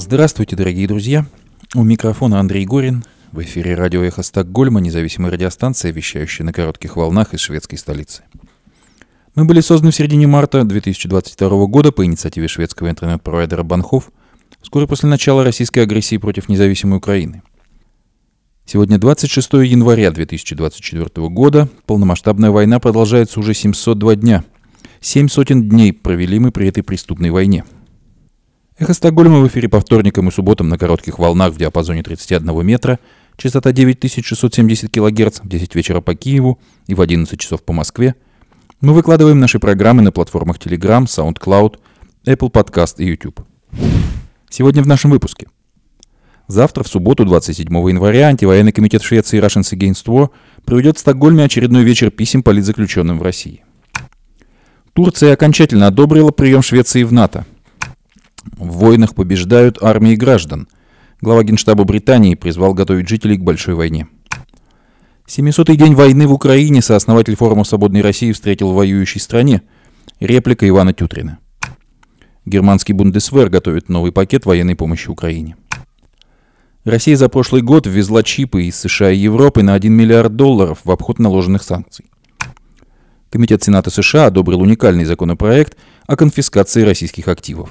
Здравствуйте, дорогие друзья. У микрофона Андрей Горин. В эфире радио «Эхо Стокгольма», независимая радиостанция, вещающая на коротких волнах из шведской столицы. Мы были созданы в середине марта 2022 года по инициативе шведского интернет-провайдера Банхоф, вскоре после начала российской агрессии против независимой Украины. Сегодня 26 января 2024 года. Полномасштабная война продолжается уже 702 дня. 700 дней провели мы при этой преступной войне. Эхо Стокгольма в эфире по вторникам и субботам на коротких волнах в диапазоне 31 метра, частота 9670 кГц в 10 вечера по Киеву и в 11 часов по Москве. Мы выкладываем наши программы на платформах Telegram, SoundCloud, Apple Podcast и YouTube. Сегодня в нашем выпуске. Завтра, в субботу, 27 января, антивоенный комитет Швеции Russians Against War проведет в Стокгольме очередной вечер писем политзаключенным в России. Турция окончательно одобрила прием Швеции в НАТО. В войнах побеждают армии граждан. Глава Генштаба Британии призвал готовить жителей к большой войне. 700-й день войны в Украине сооснователь форума «Свободной России» встретил в воюющей стране. Реплика Ивана Тютрина. Германский Бундесвер готовит новый пакет военной помощи Украине. Россия за прошлый год ввезла чипы из США и Европы на $1 миллиард в обход наложенных санкций. Комитет Сената США одобрил уникальный законопроект о конфискации российских активов.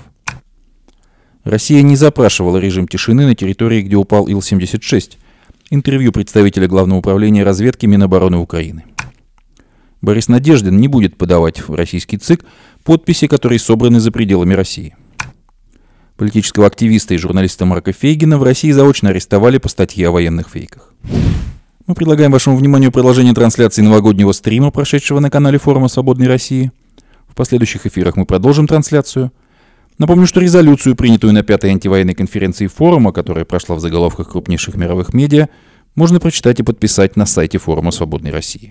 Россия не запрашивала режим тишины на территории, где упал Ил-76. Интервью представителя Главного управления разведки Минобороны Украины. Борис Надеждин не будет подавать в российский ЦИК подписи, которые собраны за пределами России. Политического активиста и журналиста Марка Фейгина в России заочно арестовали по статье о военных фейках. Мы предлагаем вашему вниманию продолжение трансляции новогоднего стрима, прошедшего на канале форума «Свободной России». В последующих эфирах мы продолжим трансляцию. Напомню, что резолюцию, принятую на 5-й антивоенной конференции форума, которая прошла в заголовках крупнейших мировых медиа, можно прочитать и подписать на сайте форума «Свободной России».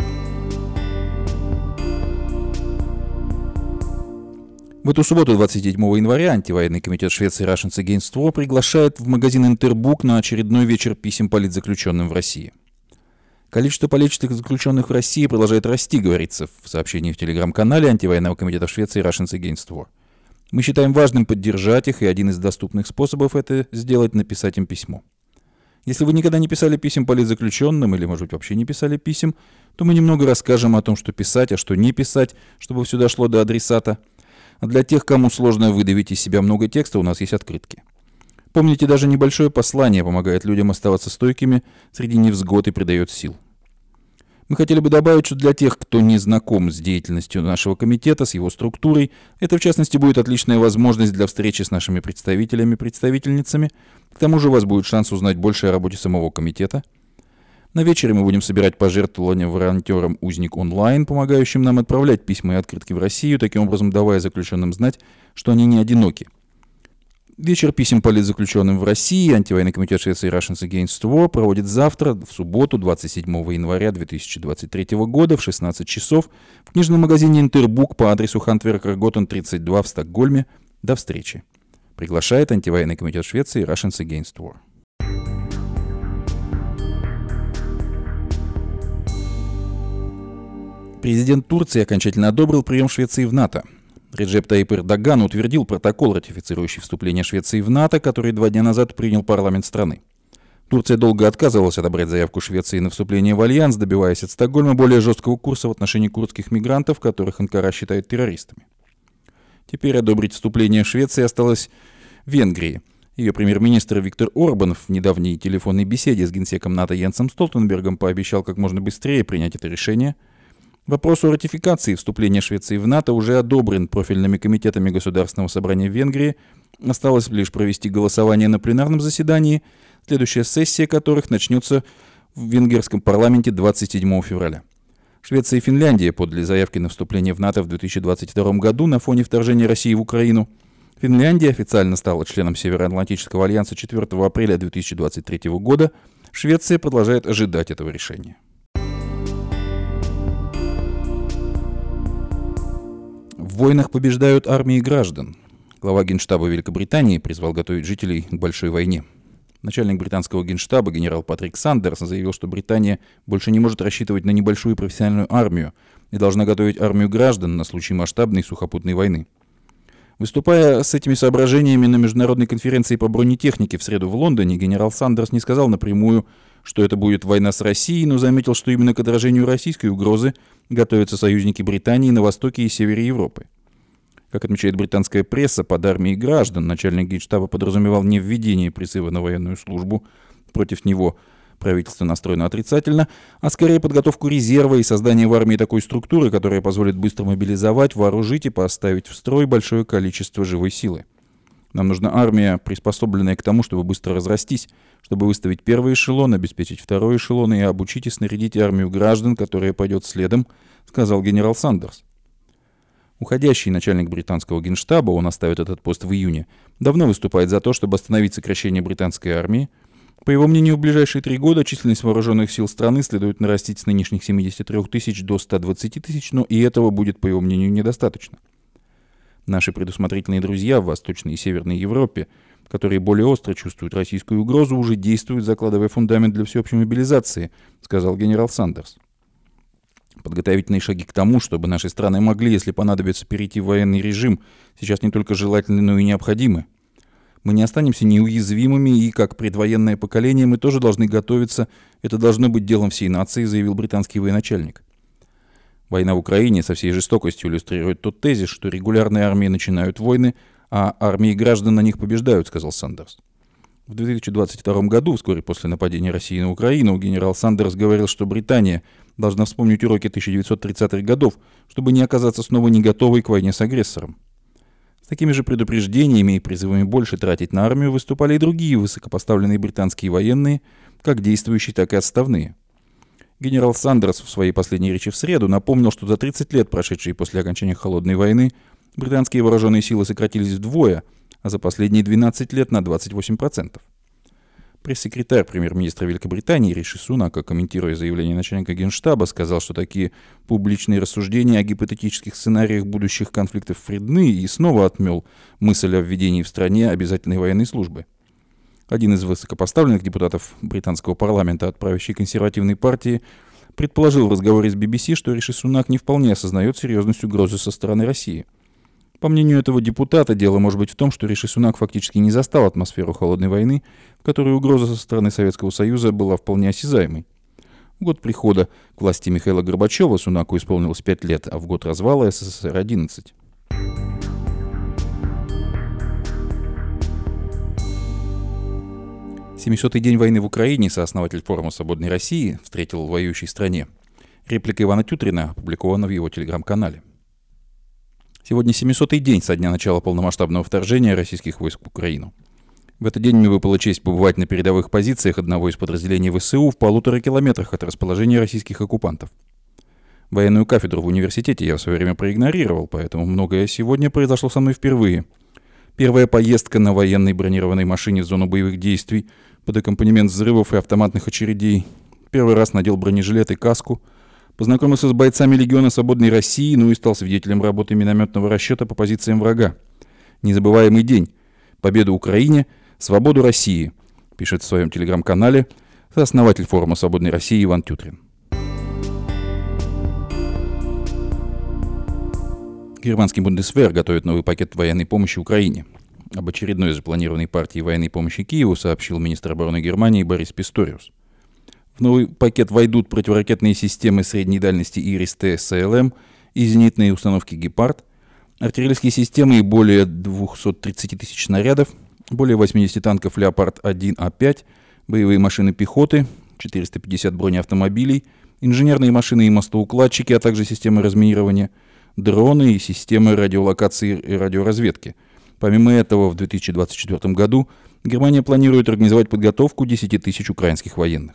В эту субботу, 27 января, антивоенный комитет Швеции Russians Against War приглашает в магазин Интербук на очередной вечер писем политзаключенным в России. Количество политических заключенных в России продолжает расти, говорится в сообщении в телеграм-канале антивоенного комитета Швеции Russians Against War. Мы считаем важным поддержать их, и один из доступных способов это сделать — написать им письмо. Если вы никогда не писали писем политзаключенным, или, может быть, вообще не писали писем, то мы немного расскажем о том, что писать, а что не писать, чтобы все дошло до адресата. А для тех, кому сложно выдавить из себя много текста, у нас есть открытки. Помните, даже небольшое послание помогает людям оставаться стойкими среди невзгод и придает сил. Мы хотели бы добавить, что для тех, кто не знаком с деятельностью нашего комитета, с его структурой, это, в частности, будет отличная возможность для встречи с нашими представителями, представительницами. К тому же у вас будет шанс узнать больше о работе самого комитета. На вечере мы будем собирать пожертвования волонтерам «Узник онлайн», помогающим нам отправлять письма и открытки в Россию, таким образом давая заключенным знать, что они не одиноки. Вечер писем политзаключенным в России антивоенный комитет Швеции Russians Against War проводит завтра, в субботу, 27 января 2023 года в 16 часов в книжном магазине Интербук по адресу Хантверкер-Готтен 32 в Стокгольме. До встречи. Приглашает антивоенный комитет Швеции Russians Against War. Президент Турции окончательно одобрил прием Швеции в НАТО. Реджеп Таyyip Эрдоган утвердил протокол, ратифицирующий вступление Швеции в НАТО, который 2 дня назад принял парламент страны. Турция долго отказывалась одобрять заявку Швеции на вступление в альянс, добиваясь от Стокгольма более жесткого курса в отношении курдских мигрантов, которых Анкара считает террористами. Теперь одобрить вступление Швеции осталось Венгрии. Ее премьер-министр Виктор Орбан в недавней телефонной беседе с генсеком НАТО Йенсом Столтенбергом пообещал как можно быстрее принять это решение. Вопрос о ратификации вступления Швеции в НАТО уже одобрен профильными комитетами Государственного собрания Венгрии. Осталось лишь провести голосование на пленарном заседании, следующая сессия которых начнется в венгерском парламенте 27 февраля. Швеция и Финляндия подали заявки на вступление в НАТО в 2022 году на фоне вторжения России в Украину. Финляндия официально стала членом Североатлантического альянса 4 апреля 2023 года. Швеция продолжает ожидать этого решения. В войнах побеждают армии граждан. Глава Генштаба Великобритании призвал готовить жителей к большой войне. Начальник британского генштаба генерал Патрик Сандерс заявил, что Британия больше не может рассчитывать на небольшую профессиональную армию и должна готовить армию граждан на случай масштабной сухопутной войны. Выступая с этими соображениями на международной конференции по бронетехнике в среду в Лондоне, генерал Сандерс не сказал напрямую, что это будет война с Россией, но заметил, что именно к отражению российской угрозы готовятся союзники Британии на востоке и севере Европы. Как отмечает британская пресса, под армией граждан начальник Генштаба подразумевал не введение призыва на военную службу, против него правительство настроено отрицательно, а скорее подготовку резерва и создание в армии такой структуры, которая позволит быстро мобилизовать, вооружить и поставить в строй большое количество живой силы. Нам нужна армия, приспособленная к тому, чтобы быстро разрастись, чтобы выставить первый эшелон, обеспечить второй эшелон и обучить и снарядить армию граждан, которая пойдет следом, сказал генерал Сандерс. Уходящий начальник британского генштаба, он оставит этот пост в июне, давно выступает за то, чтобы остановить сокращение британской армии. По его мнению, в ближайшие 3 года численность вооруженных сил страны следует нарастить с нынешних 73 тысяч до 120 тысяч, но и этого будет, по его мнению, недостаточно. Наши предусмотрительные друзья в Восточной и Северной Европе, которые более остро чувствуют российскую угрозу, уже действуют, закладывая фундамент для всеобщей мобилизации, сказал генерал Сандерс. Подготовительные шаги к тому, чтобы наши страны могли, если понадобится, перейти в военный режим, сейчас не только желательны, но и необходимы. Мы не останемся неуязвимыми, и как предвоенное поколение мы тоже должны готовиться. Это должно быть делом всей нации, заявил британский военачальник. Война в Украине со всей жестокостью иллюстрирует тот тезис, что регулярные армии начинают войны, а армии граждан на них побеждают, сказал Сандерс. В 2022 году, вскоре после нападения России на Украину, генерал Сандерс говорил, что Британия должна вспомнить уроки 1930-х годов, чтобы не оказаться снова не готовой к войне с агрессором. С такими же предупреждениями и призывами больше тратить на армию выступали и другие высокопоставленные британские военные, как действующие, так и отставные. Генерал Сандерс в своей последней речи в среду напомнил, что за 30 лет, прошедшие после окончания Холодной войны, британские вооруженные силы сократились вдвое, а за последние 12 лет на 28%. Пресс-секретарь премьер-министра Великобритании Риши Сунак, комментируя заявление начальника Генштаба, сказал, что такие публичные рассуждения о гипотетических сценариях будущих конфликтов вредны, и снова отмел мысль о введении в стране обязательной военной службы. Один из высокопоставленных депутатов британского парламента от правящей консервативной партии предположил в разговоре с BBC, что Риши Сунак не вполне осознает серьезность угрозы со стороны России. По мнению этого депутата, дело может быть в том, что Риши Сунак фактически не застал атмосферу холодной войны, в которой угроза со стороны Советского Союза была вполне осязаемой. В год прихода к власти Михаила Горбачева Сунаку исполнилось 5 лет, а в год развала СССР 11. «700-й день войны в Украине» сооснователь форума «Свободной России» встретил в воюющей стране. Реплика Ивана Тютрина опубликована в его телеграм-канале. Сегодня 700-й день со дня начала полномасштабного вторжения российских войск в Украину. В этот день мне выпала честь побывать на передовых позициях одного из подразделений ВСУ в 1,5 километрах от расположения российских оккупантов. Военную кафедру в университете я в свое время проигнорировал, поэтому многое сегодня произошло со мной впервые. Первая поездка на военной бронированной машине в зону боевых действий под аккомпанемент взрывов и автоматных очередей. Первый раз надел бронежилет и каску. Познакомился с бойцами Легиона Свободной России, и стал свидетелем работы минометного расчета по позициям врага. Незабываемый день. Победа Украине, свободу России, пишет в своем телеграм-канале сооснователь форума Свободной России Иван Тютрин. Германский Бундесвер готовит новый пакет военной помощи Украине. Об очередной запланированной партии военной помощи Киеву сообщил министр обороны Германии Борис Писториус. В новый пакет войдут противоракетные системы средней дальности Ирис-Т СЛМ и зенитные установки «Гепард», артиллерийские системы и более 230 тысяч снарядов, более 80 танков «Леопард-1А5», боевые машины пехоты, 450 бронеавтомобилей, инженерные машины и мостоукладчики, а также системы разминирования, дроны и системы радиолокации и радиоразведки. Помимо этого, в 2024 году Германия планирует организовать подготовку 10 тысяч украинских военных.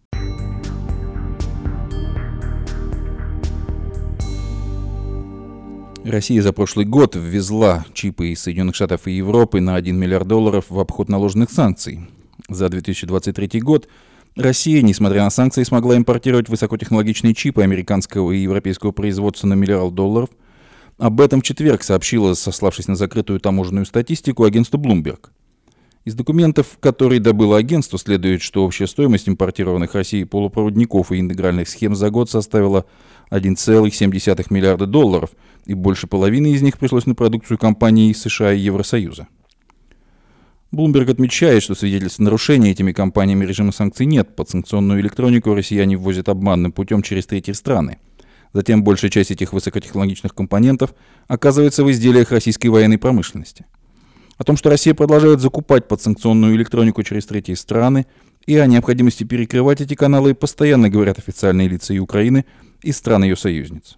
Россия за прошлый год ввезла чипы из Соединенных Штатов и Европы на $1 миллиард в обход наложенных санкций. За 2023 год Россия, несмотря на санкции, смогла импортировать высокотехнологичные чипы американского и европейского производства на $1 миллиард. Об этом в четверг сообщила, сославшись на закрытую таможенную статистику, агентство Bloomberg. Из документов, которые добыло агентство, следует, что общая стоимость импортированных Россией полупроводников и интегральных схем за год составила $1,7 миллиарда, и больше половины из них пришлось на продукцию компаний из США и Евросоюза. Bloomberg отмечает, что свидетельств нарушения этими компаниями режима санкций нет. Подсанкционную электронику россияне ввозят обманным путем через третьи страны. Затем большая часть этих высокотехнологичных компонентов оказывается в изделиях российской военной промышленности. О том, что Россия продолжает закупать подсанкционную электронику через третьи страны, и о необходимости перекрывать эти каналы постоянно говорят официальные лица и Украины, и стран ее союзниц.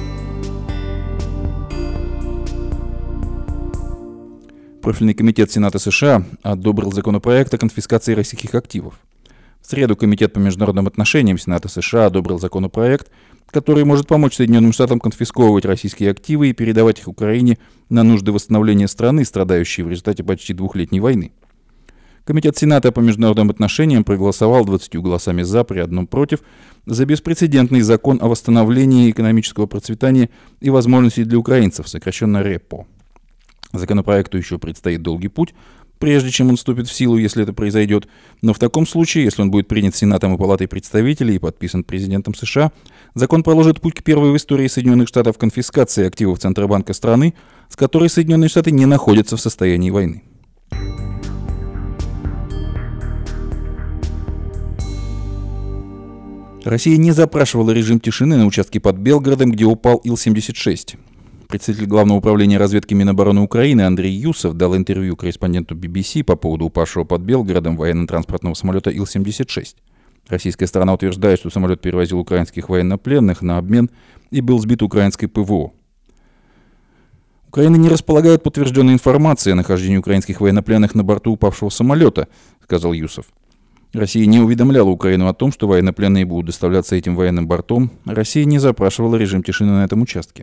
Профильный комитет Сената США одобрил законопроект о конфискации российских активов. В среду Комитет по международным отношениям Сената США одобрил законопроект, который может помочь Соединенным Штатам конфисковывать российские активы и передавать их Украине на нужды восстановления страны, страдающей в результате почти двухлетней войны. Комитет Сената по международным отношениям проголосовал 20 голосами «за» при 1 «против» за беспрецедентный закон о восстановлении экономического процветания и возможностей для украинцев, сокращенно РЭПО. Законопроекту еще предстоит долгий путь, прежде чем он вступит в силу, если это произойдет. Но в таком случае, если он будет принят Сенатом и Палатой представителей и подписан президентом США, закон проложит путь к первой в истории Соединенных Штатов конфискации активов Центробанка страны, с которой Соединенные Штаты не находятся в состоянии войны. Россия не запрашивала режим тишины на участке под Белгородом, где упал Ил-76. Представитель Главного управления разведки Минобороны Украины Андрей Юсов дал интервью корреспонденту BBC по поводу упавшего под Белгородом военно-транспортного самолета Ил-76. Российская сторона утверждает, что самолет перевозил украинских военнопленных на обмен и был сбит украинской ПВО. Украина не располагает подтвержденной информацией о нахождении украинских военнопленных на борту упавшего самолета, сказал Юсов. Россия не уведомляла Украину о том, что военнопленные будут доставляться этим военным бортом. Россия не запрашивала режим тишины на этом участке.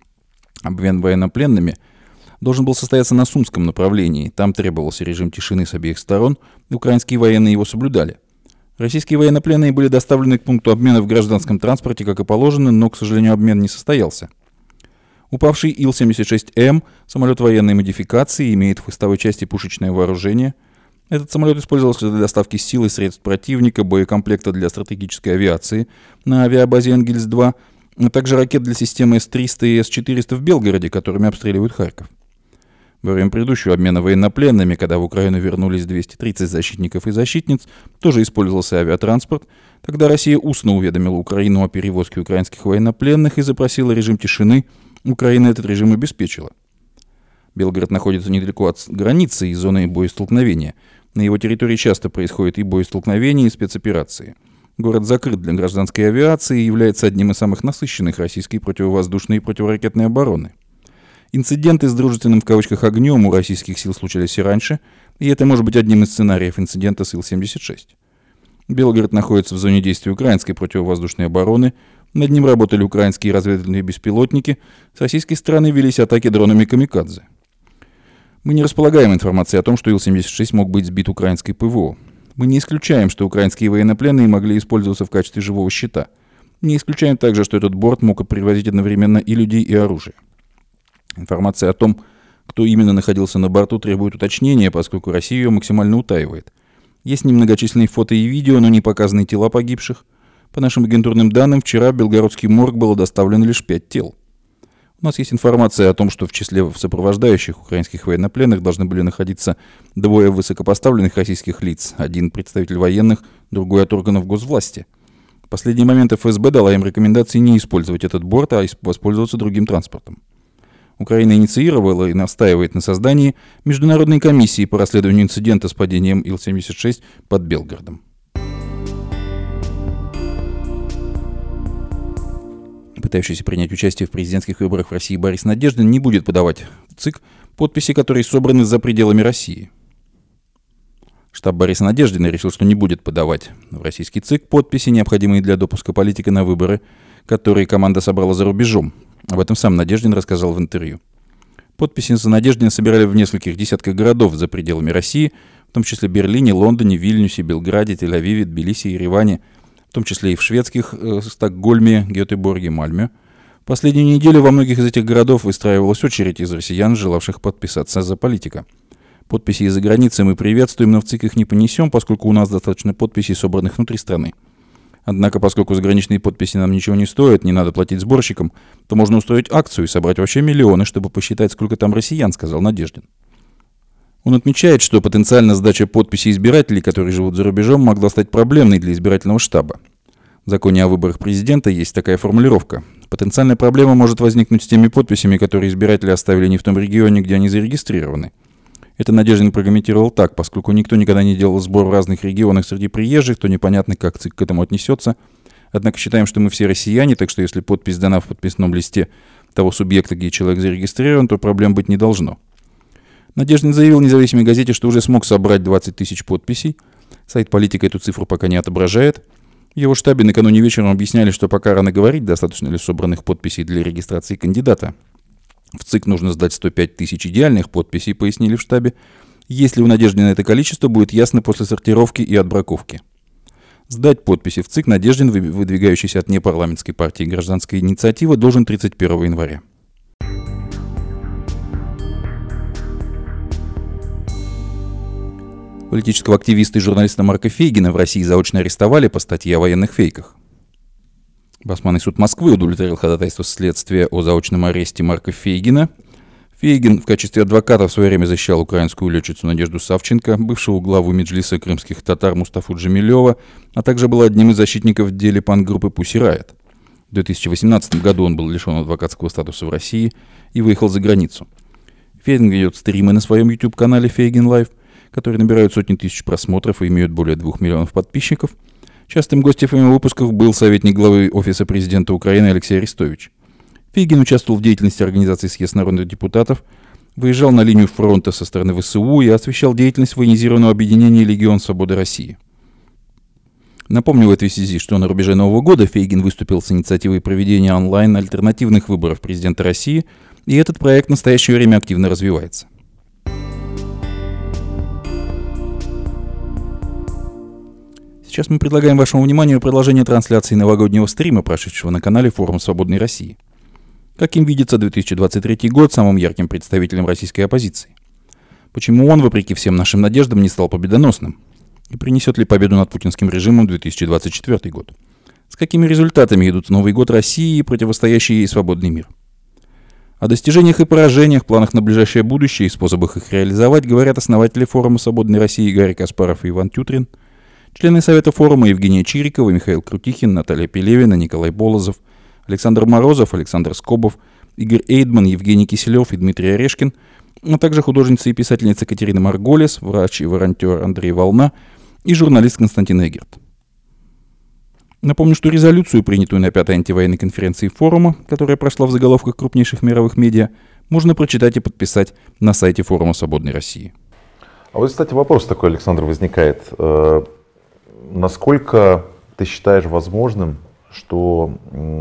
Обмен военнопленными должен был состояться на Сумском направлении. Там требовался режим тишины с обеих сторон, и украинские военные его соблюдали. Российские военнопленные были доставлены к пункту обмена в гражданском транспорте, как и положено, но, к сожалению, обмен не состоялся. Упавший Ил-76М, самолет военной модификации, имеет в хвостовой части пушечное вооружение. Этот самолет использовался для доставки сил и средств противника, боекомплекта для стратегической авиации на авиабазе Энгельс-2, а также ракет для системы С-300 и С-400 в Белгороде, которыми обстреливают Харьков. Во время предыдущего обмена военнопленными, когда в Украину вернулись 230 защитников и защитниц, тоже использовался авиатранспорт. Тогда Россия устно уведомила Украину о перевозке украинских военнопленных и запросила режим тишины. Украина этот режим обеспечила. Белгород находится недалеко от границы и зоны боестолкновения. На его территории часто происходят и боестолкновения, и спецоперации. Город закрыт для гражданской авиации и является одним из самых насыщенных российской противовоздушной и противоракетной обороны. Инциденты с дружественным в кавычках огнем у российских сил случались и раньше, и это может быть одним из сценариев инцидента с Ил-76. Белгород находится в зоне действия украинской противовоздушной обороны, над ним работали украинские разведывательные беспилотники, с российской стороны велись атаки дронами «Камикадзе». Мы не располагаем информацией о том, что Ил-76 мог быть сбит украинской ПВО. Мы не исключаем, что украинские военнопленные могли использоваться в качестве живого щита. Не исключаем также, что этот борт мог привозить одновременно и людей, и оружие. Информация о том, кто именно находился на борту, требует уточнения, поскольку Россия ее максимально утаивает. Есть немногочисленные фото и видео, но не показаны тела погибших. По нашим агентурным данным, вчера в Белгородский морг было доставлено лишь 5 тел. У нас есть информация о том, что в числе сопровождающих украинских военнопленных должны были находиться 2 высокопоставленных российских лиц, один представитель военных, другой от органов госвласти. В последний момент ФСБ дала им рекомендации не использовать этот борт, а воспользоваться другим транспортом. Украина инициировала и настаивает на создании международной комиссии по расследованию инцидента с падением Ил-76 под Белгородом. Пытающийся принять участие в президентских выборах в России Борис Надеждин не будет подавать в ЦИК подписи, которые собраны за пределами России. Штаб Бориса Надеждина решил, что не будет подавать в российский ЦИК подписи, необходимые для допуска политика на выборы, которые команда собрала за рубежом. Об этом сам Надеждин рассказал в интервью. Подписи за Надеждина собирали в нескольких десятках городов за пределами России, в том числе Берлине, Лондоне, Вильнюсе, Белграде, Тель-Авиве, Тбилиси, Ереване, в том числе и в шведских Стокгольме, Гетеборге, Мальме. В последнюю неделю во многих из этих городов выстраивалась очередь из россиян, желавших подписаться за политика. Подписи из-за границы мы приветствуем, но в ЦИК их не понесем, поскольку у нас достаточно подписей, собранных внутри страны. Однако, поскольку заграничные подписи нам ничего не стоят, не надо платить сборщикам, то можно устроить акцию и собрать вообще миллионы, чтобы посчитать, сколько там россиян, сказал Надеждин. Он отмечает, что потенциально сдача подписей избирателей, которые живут за рубежом, могла стать проблемной для избирательного штаба. В законе о выборах президента есть такая формулировка. Потенциальная проблема может возникнуть с теми подписями, которые избиратели оставили не в том регионе, где они зарегистрированы. Это Надеждин прокомментировал так: поскольку никто никогда не делал сбор в разных регионах среди приезжих, то непонятно, как ЦИК к этому отнесется. Однако считаем, что мы все россияне, так что если подпись дана в подписном листе того субъекта, где человек зарегистрирован, то проблем быть не должно. Надеждин заявил независимой газете, что уже смог собрать 20 тысяч подписей. Сайт «Политика» эту цифру пока не отображает. В его штабе накануне вечером объясняли, что пока рано говорить, достаточно ли собранных подписей для регистрации кандидата. В ЦИК нужно сдать 105 тысяч идеальных подписей, пояснили в штабе. Если у Надеждина это количество, будет ясно после сортировки и отбраковки. Сдать подписи в ЦИК Надеждин, выдвигающийся от непарламентской партии «Гражданская инициатива», должен 31 января. Политического активиста и журналиста Марка Фейгина в России заочно арестовали по статье о военных фейках. Басманный суд Москвы удовлетворил ходатайство следствия о заочном аресте Марка Фейгина. Фейгин в качестве адвоката в свое время защищал украинскую летчицу Надежду Савченко, бывшего главу Меджлиса крымских татар Мустафу Джемилева, а также был одним из защитников в деле панк-группы Pussy Riot. В 2018 году он был лишен адвокатского статуса в России и выехал за границу. Фейгин ведет стримы на своем YouTube-канале Фейгин Лайв, которые набирают сотни тысяч просмотров и имеют более 2 миллионов подписчиков. Частым гостем его выпусков был советник главы Офиса президента Украины Алексей Арестович. Фейгин участвовал в деятельности организации «Съезд народных депутатов», выезжал на линию фронта со стороны ВСУ и освещал деятельность военизированного объединения «Легион Свободы России». Напомню в этой связи, что на рубеже Нового года Фейгин выступил с инициативой проведения онлайн альтернативных выборов президента России, и этот проект в настоящее время активно развивается. Сейчас мы предлагаем вашему вниманию продолжение трансляции новогоднего стрима, прошедшего на канале Форум Свободной России. Каким видится 2023 год самым ярким представителем российской оппозиции? Почему он, вопреки всем нашим надеждам, не стал победоносным? И принесет ли победу над путинским режимом 2024 год? С какими результатами идут Новый год России и противостоящий ей свободный мир? О достижениях и поражениях, планах на ближайшее будущее и способах их реализовать говорят основатели Форума Свободной России Гарри Каспаров и Иван Тютрин, члены Совета форума Евгения Чирикова, Михаил Крутихин, Наталья Пелевина, Николай Болозов, Александр Морозов, Александр Скобов, Игорь Эйдман, Евгений Киселев и Дмитрий Орешкин, а также художница и писательница Катерина Марголес, врач и волонтер Андрей Волна и журналист Константин Эгерт. Напомню, что резолюцию, принятую на 5-й антивоенной конференции форума, которая прошла в заголовках крупнейших мировых медиа, можно прочитать и подписать на сайте Форума Свободной России. А вот, кстати, вопрос такой, Александр, возникает. Насколько ты считаешь возможным, что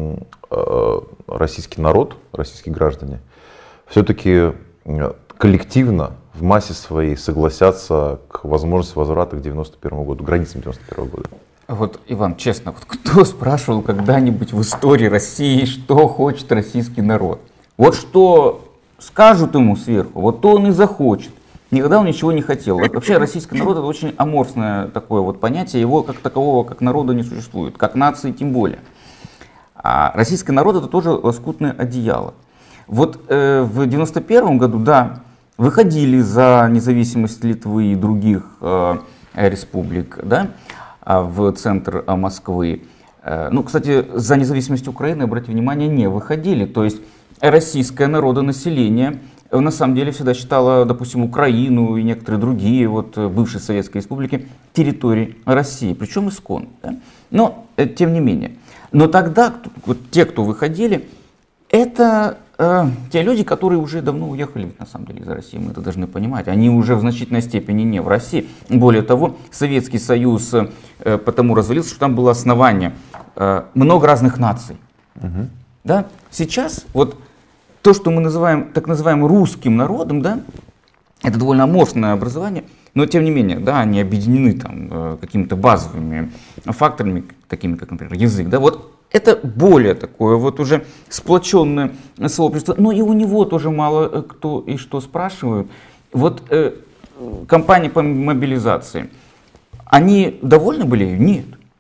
российский народ, российские граждане, все-таки коллективно в массе своей согласятся к возможности возврата к 91 году, границам 91 года? Вот, Иван, честно, вот кто спрашивал когда-нибудь в истории России, что хочет российский народ? Вот что скажут ему сверху, вот то он и захочет. Никогда он ничего не хотел. Вообще российский народ — это очень аморфное такое вот понятие, его как такового, как народа не существует, как нации тем более. А российский народ — это тоже лоскутное одеяло. Вот в 91 году, да, выходили за независимость Литвы и других республик, да, в центр Москвы. Ну, кстати, за независимость Украины, обратите внимание, не выходили. То есть российское народонаселение на самом деле всегда считала, допустим, Украину и некоторые другие вот бывшие советские республики территорией России, причем исконно. Да? Но тем не менее. Но тогда вот те, кто выходили, это те люди, которые уже давно уехали, на самом деле, из России, мы это должны понимать. Они уже в значительной степени не в России. Более того, Советский Союз потому развалился, что там было основание много разных наций. Угу. Да? Сейчас вот то, что мы называем так называемым русским народом, да, это довольно аморфное образование, но тем не менее, да, они объединены там какими-то базовыми факторами, такими как, например, язык. Да, вот это более такое вот уже сплоченное сообщество, но и у него тоже мало кто и что спрашивают. Вот компании по мобилизации, они довольны были? Нет.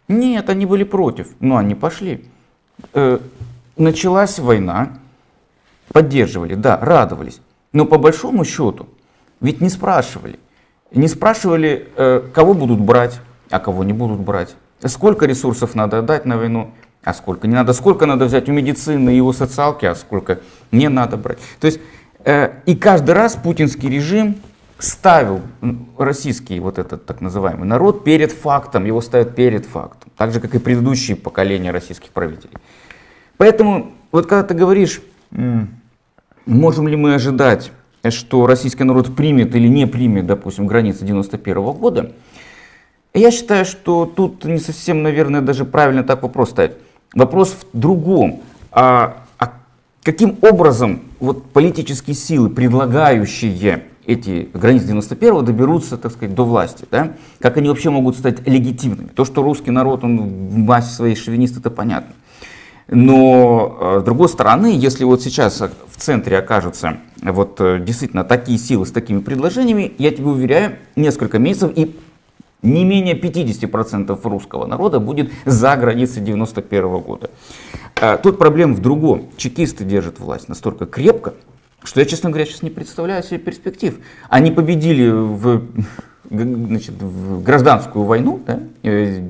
Нет, они были против, но они пошли. Началась война, поддерживали, да, радовались. Но по большому счету, ведь не спрашивали. Не спрашивали, кого будут брать, а кого не будут брать. Сколько ресурсов надо отдать на войну, а сколько не надо. Сколько надо взять у медицины и у социалки, а сколько не надо брать. То есть, и каждый раз путинский режим ставил российский вот этот так называемый народ перед фактом, его ставят перед фактом. Так же, как и предыдущие поколения российских правителей. Поэтому, вот когда ты говоришь, можем ли мы ожидать, что российский народ примет или не примет, допустим, границы 91 года, я считаю, что тут не совсем, наверное, даже правильно так вопрос ставить. Вопрос в другом. Каким образом вот политические силы, предлагающие эти границы 91-го, доберутся, так сказать, до власти, да? Как они вообще могут стать легитимными? То, что русский народ, он в массе своей шовинист, это понятно. Но, с другой стороны, если вот сейчас в центре окажутся вот действительно такие силы с такими предложениями, я тебе уверяю, несколько месяцев и не менее 50% русского народа будет за границей 91 года. Тут проблема в другом. Чекисты держат власть настолько крепко, что я, честно говоря, сейчас не представляю себе перспектив. Они победили в гражданскую войну, да, в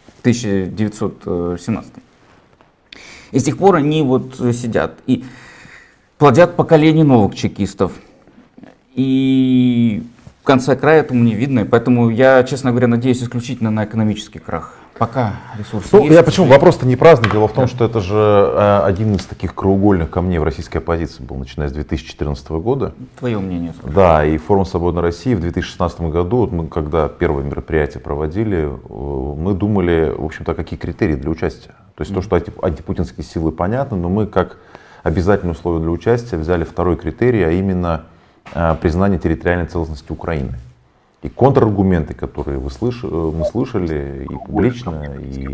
1917. И с тех пор они вот сидят и плодят поколение новых чекистов. И конца края этому не видно. И поэтому я, честно говоря, надеюсь исключительно на экономический крах. Пока ресурсы есть. Я почему? Вопрос-то не праздный. Дело в том, что это же один из таких краеугольных камней в российской оппозиции был, начиная с 2014 года. Твое мнение. Да, и форум «Свободной России» в 2016 году, вот мы когда первое мероприятие проводили, мы думали, в общем-то, какие критерии для участия. То есть то, что антипутинские силы понятно, но мы как обязательное условие для участия взяли второй критерий, а именно признание территориальной целостности Украины. И контраргументы, которые мы слышали и публично, и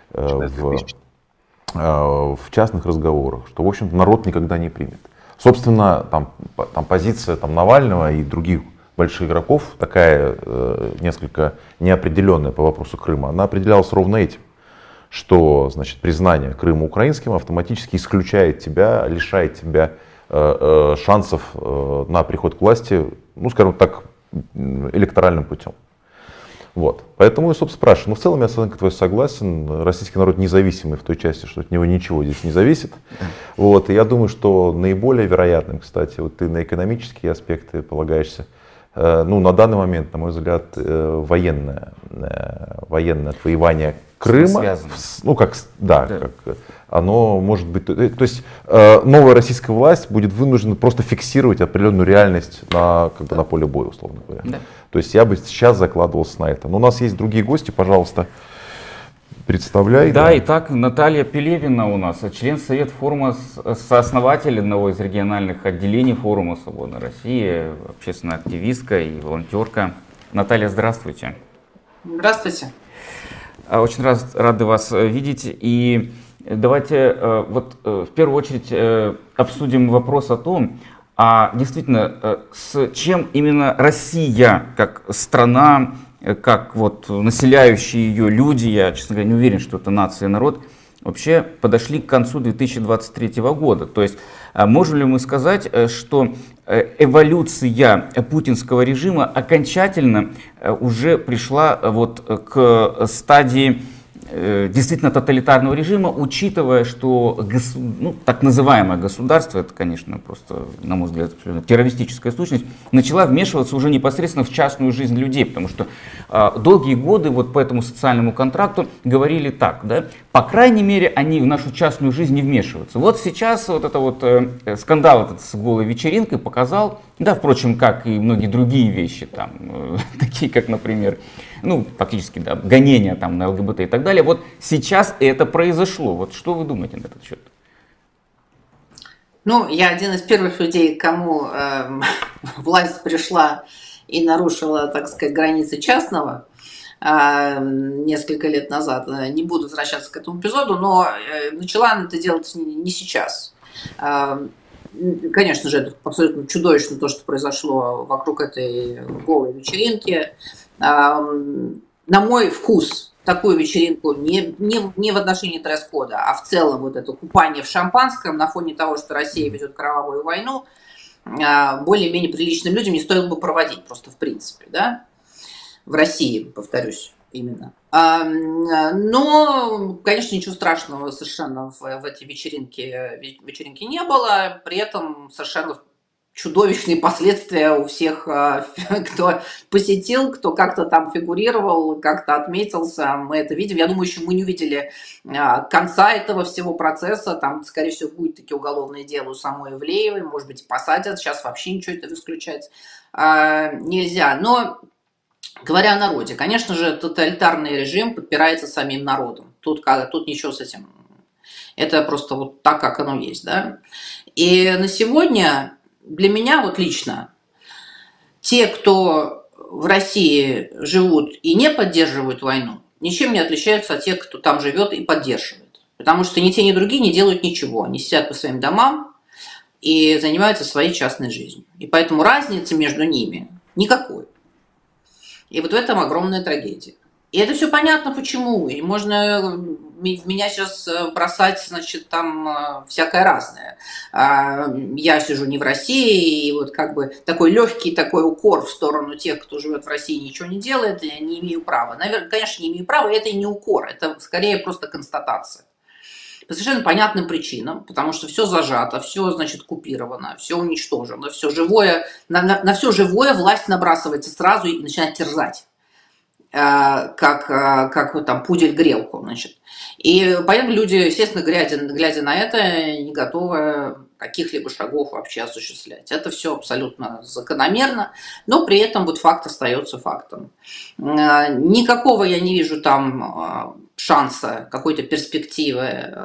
в частных разговорах, что, в общем-то, народ никогда не примет. Собственно, там позиция Навального и других больших игроков, такая несколько неопределенная по вопросу Крыма, она определялась ровно этим, что, значит, признание Крыма украинским автоматически исключает тебя, лишает тебя шансов на приход к власти, ну, скажем так, электоральным путем. Вот. Поэтому я, собственно, спрашиваю. В целом я с тобой согласен. Российский народ независимый в той части, что от него ничего здесь не зависит. Вот. И я думаю, что наиболее вероятным, кстати, вот ты на экономические аспекты полагаешься. На данный момент, на мой взгляд, военное отвоевание Крыма, оно может быть, то есть новая российская власть будет вынуждена просто фиксировать определенную реальность на поле боя, условно говоря. Да. То есть я бы сейчас закладывался на это. Но у нас есть другие гости, пожалуйста, представляй. Да, итак, Наталья Пелевина у нас, член Совет форума, сооснователь одного из региональных отделений форума «Свободной России», общественная активистка и волонтерка. Наталья, здравствуйте. Здравствуйте. Очень рады вас видеть. И давайте в первую очередь обсудим вопрос о том, действительно, с чем именно Россия, как страна, как вот населяющие ее люди, я, честно говоря, не уверен, что это нация и народ, вообще подошли к концу 2023 года. То есть можем ли мы сказать, что эволюция путинского режима окончательно уже пришла вот к стадии действительно тоталитарного режима, учитывая, что так называемое государство, это, конечно, просто, на мой взгляд, террористическая сущность, начала вмешиваться уже непосредственно в частную жизнь людей, потому что долгие годы вот по этому социальному контракту говорили так, да, по крайней мере, они в нашу частную жизнь не вмешиваются. Вот сейчас вот это вот скандал этот с голой вечеринкой показал, да, впрочем, как и многие другие вещи, там, такие как, например, фактически, да, гонения там на ЛГБТ и так далее. Вот сейчас это произошло. Вот что вы думаете на этот счет? Я один из первых людей, к кому власть пришла и нарушила, так сказать, границы частного несколько лет назад. Не буду возвращаться к этому эпизоду, но начала она это делать не сейчас. Конечно же, это абсолютно чудовищно то, что произошло вокруг этой голой вечеринки. На мой вкус, такую вечеринку не в отношении дресс-кода, а в целом вот это купание в шампанском на фоне того, что Россия ведет кровавую войну, более-менее приличным людям не стоило бы проводить просто в принципе, да, в России, повторюсь, именно. Но, конечно, ничего страшного совершенно в этой вечеринке не было, при этом совершенно чудовищные последствия у всех, кто посетил, кто как-то там фигурировал, как-то отметился. Мы это видим. Я думаю, еще мы не увидели конца этого всего процесса. Там, скорее всего, будет таки уголовное дело у самой Ивлеевой. Может быть, посадят. Сейчас вообще ничего этого исключать нельзя. Но, говоря о народе, конечно же, тоталитарный режим подпирается самим народом. Тут ничего с этим. Это просто вот так, как оно есть. Да? И на сегодня... Для меня вот лично те, кто в России живут и не поддерживают войну, ничем не отличаются от тех, кто там живет и поддерживает. Потому что ни те, ни другие не делают ничего. Они сидят по своим домам и занимаются своей частной жизнью. И поэтому разницы между ними никакой. И вот в этом огромная трагедия. И это все понятно почему. И можно в меня сейчас бросать, значит, там всякое разное. Я сижу не в России, и вот как бы такой легкий такой укор в сторону тех, кто живет в России и ничего не делает, я не имею права. Наверное, конечно, не имею права, это и не укор, это скорее просто констатация. По совершенно понятным причинам, потому что все зажато, все, значит, купировано, все уничтожено, все живое, на все живое власть набрасывается сразу и начинает терзать. Как вот там пудель грелку, значит. И поэтому люди, естественно, глядя на это, не готовы каких-либо шагов вообще осуществлять. Это все абсолютно закономерно, но при этом вот факт остается фактом. Никакого я не вижу там шанса, какой-то перспективы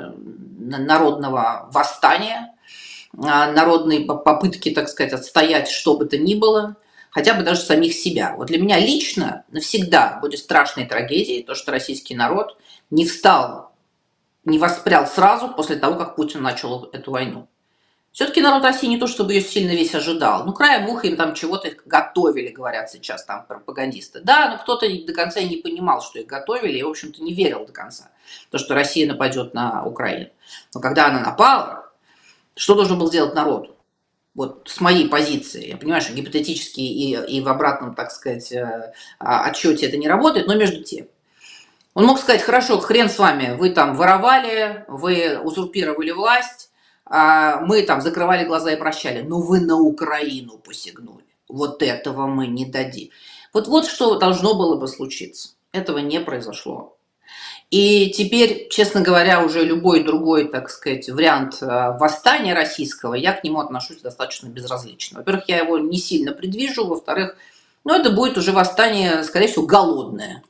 народного восстания, народной попытки, так сказать, отстоять что бы то ни было, хотя бы даже самих себя. Вот для меня лично навсегда будет страшной трагедией то, что российский народ не встал, не воспрял сразу после того, как Путин начал эту войну. Все-таки народ России не то, чтобы ее сильно весь ожидал. Ну, краем уха им там чего-то готовили, говорят сейчас там пропагандисты. Да, но кто-то до конца и не понимал, что их готовили, и, в общем-то, не верил до конца, то, что Россия нападет на Украину. Но когда она напала, что должен был сделать народ? Вот с моей позиции, я понимаю, что гипотетически и в обратном, так сказать, отчете это не работает, но между тем. Он мог сказать: хорошо, хрен с вами, вы там воровали, вы узурпировали власть, мы там закрывали глаза и прощали, но вы на Украину посягнули. Вот этого мы не дадим. Вот что должно было бы случиться. Этого не произошло. И теперь, честно говоря, уже любой другой, так сказать, вариант восстания российского, я к нему отношусь достаточно безразлично. Во-первых, я его не сильно предвижу, во-вторых, это будет уже восстание, скорее всего, голодное.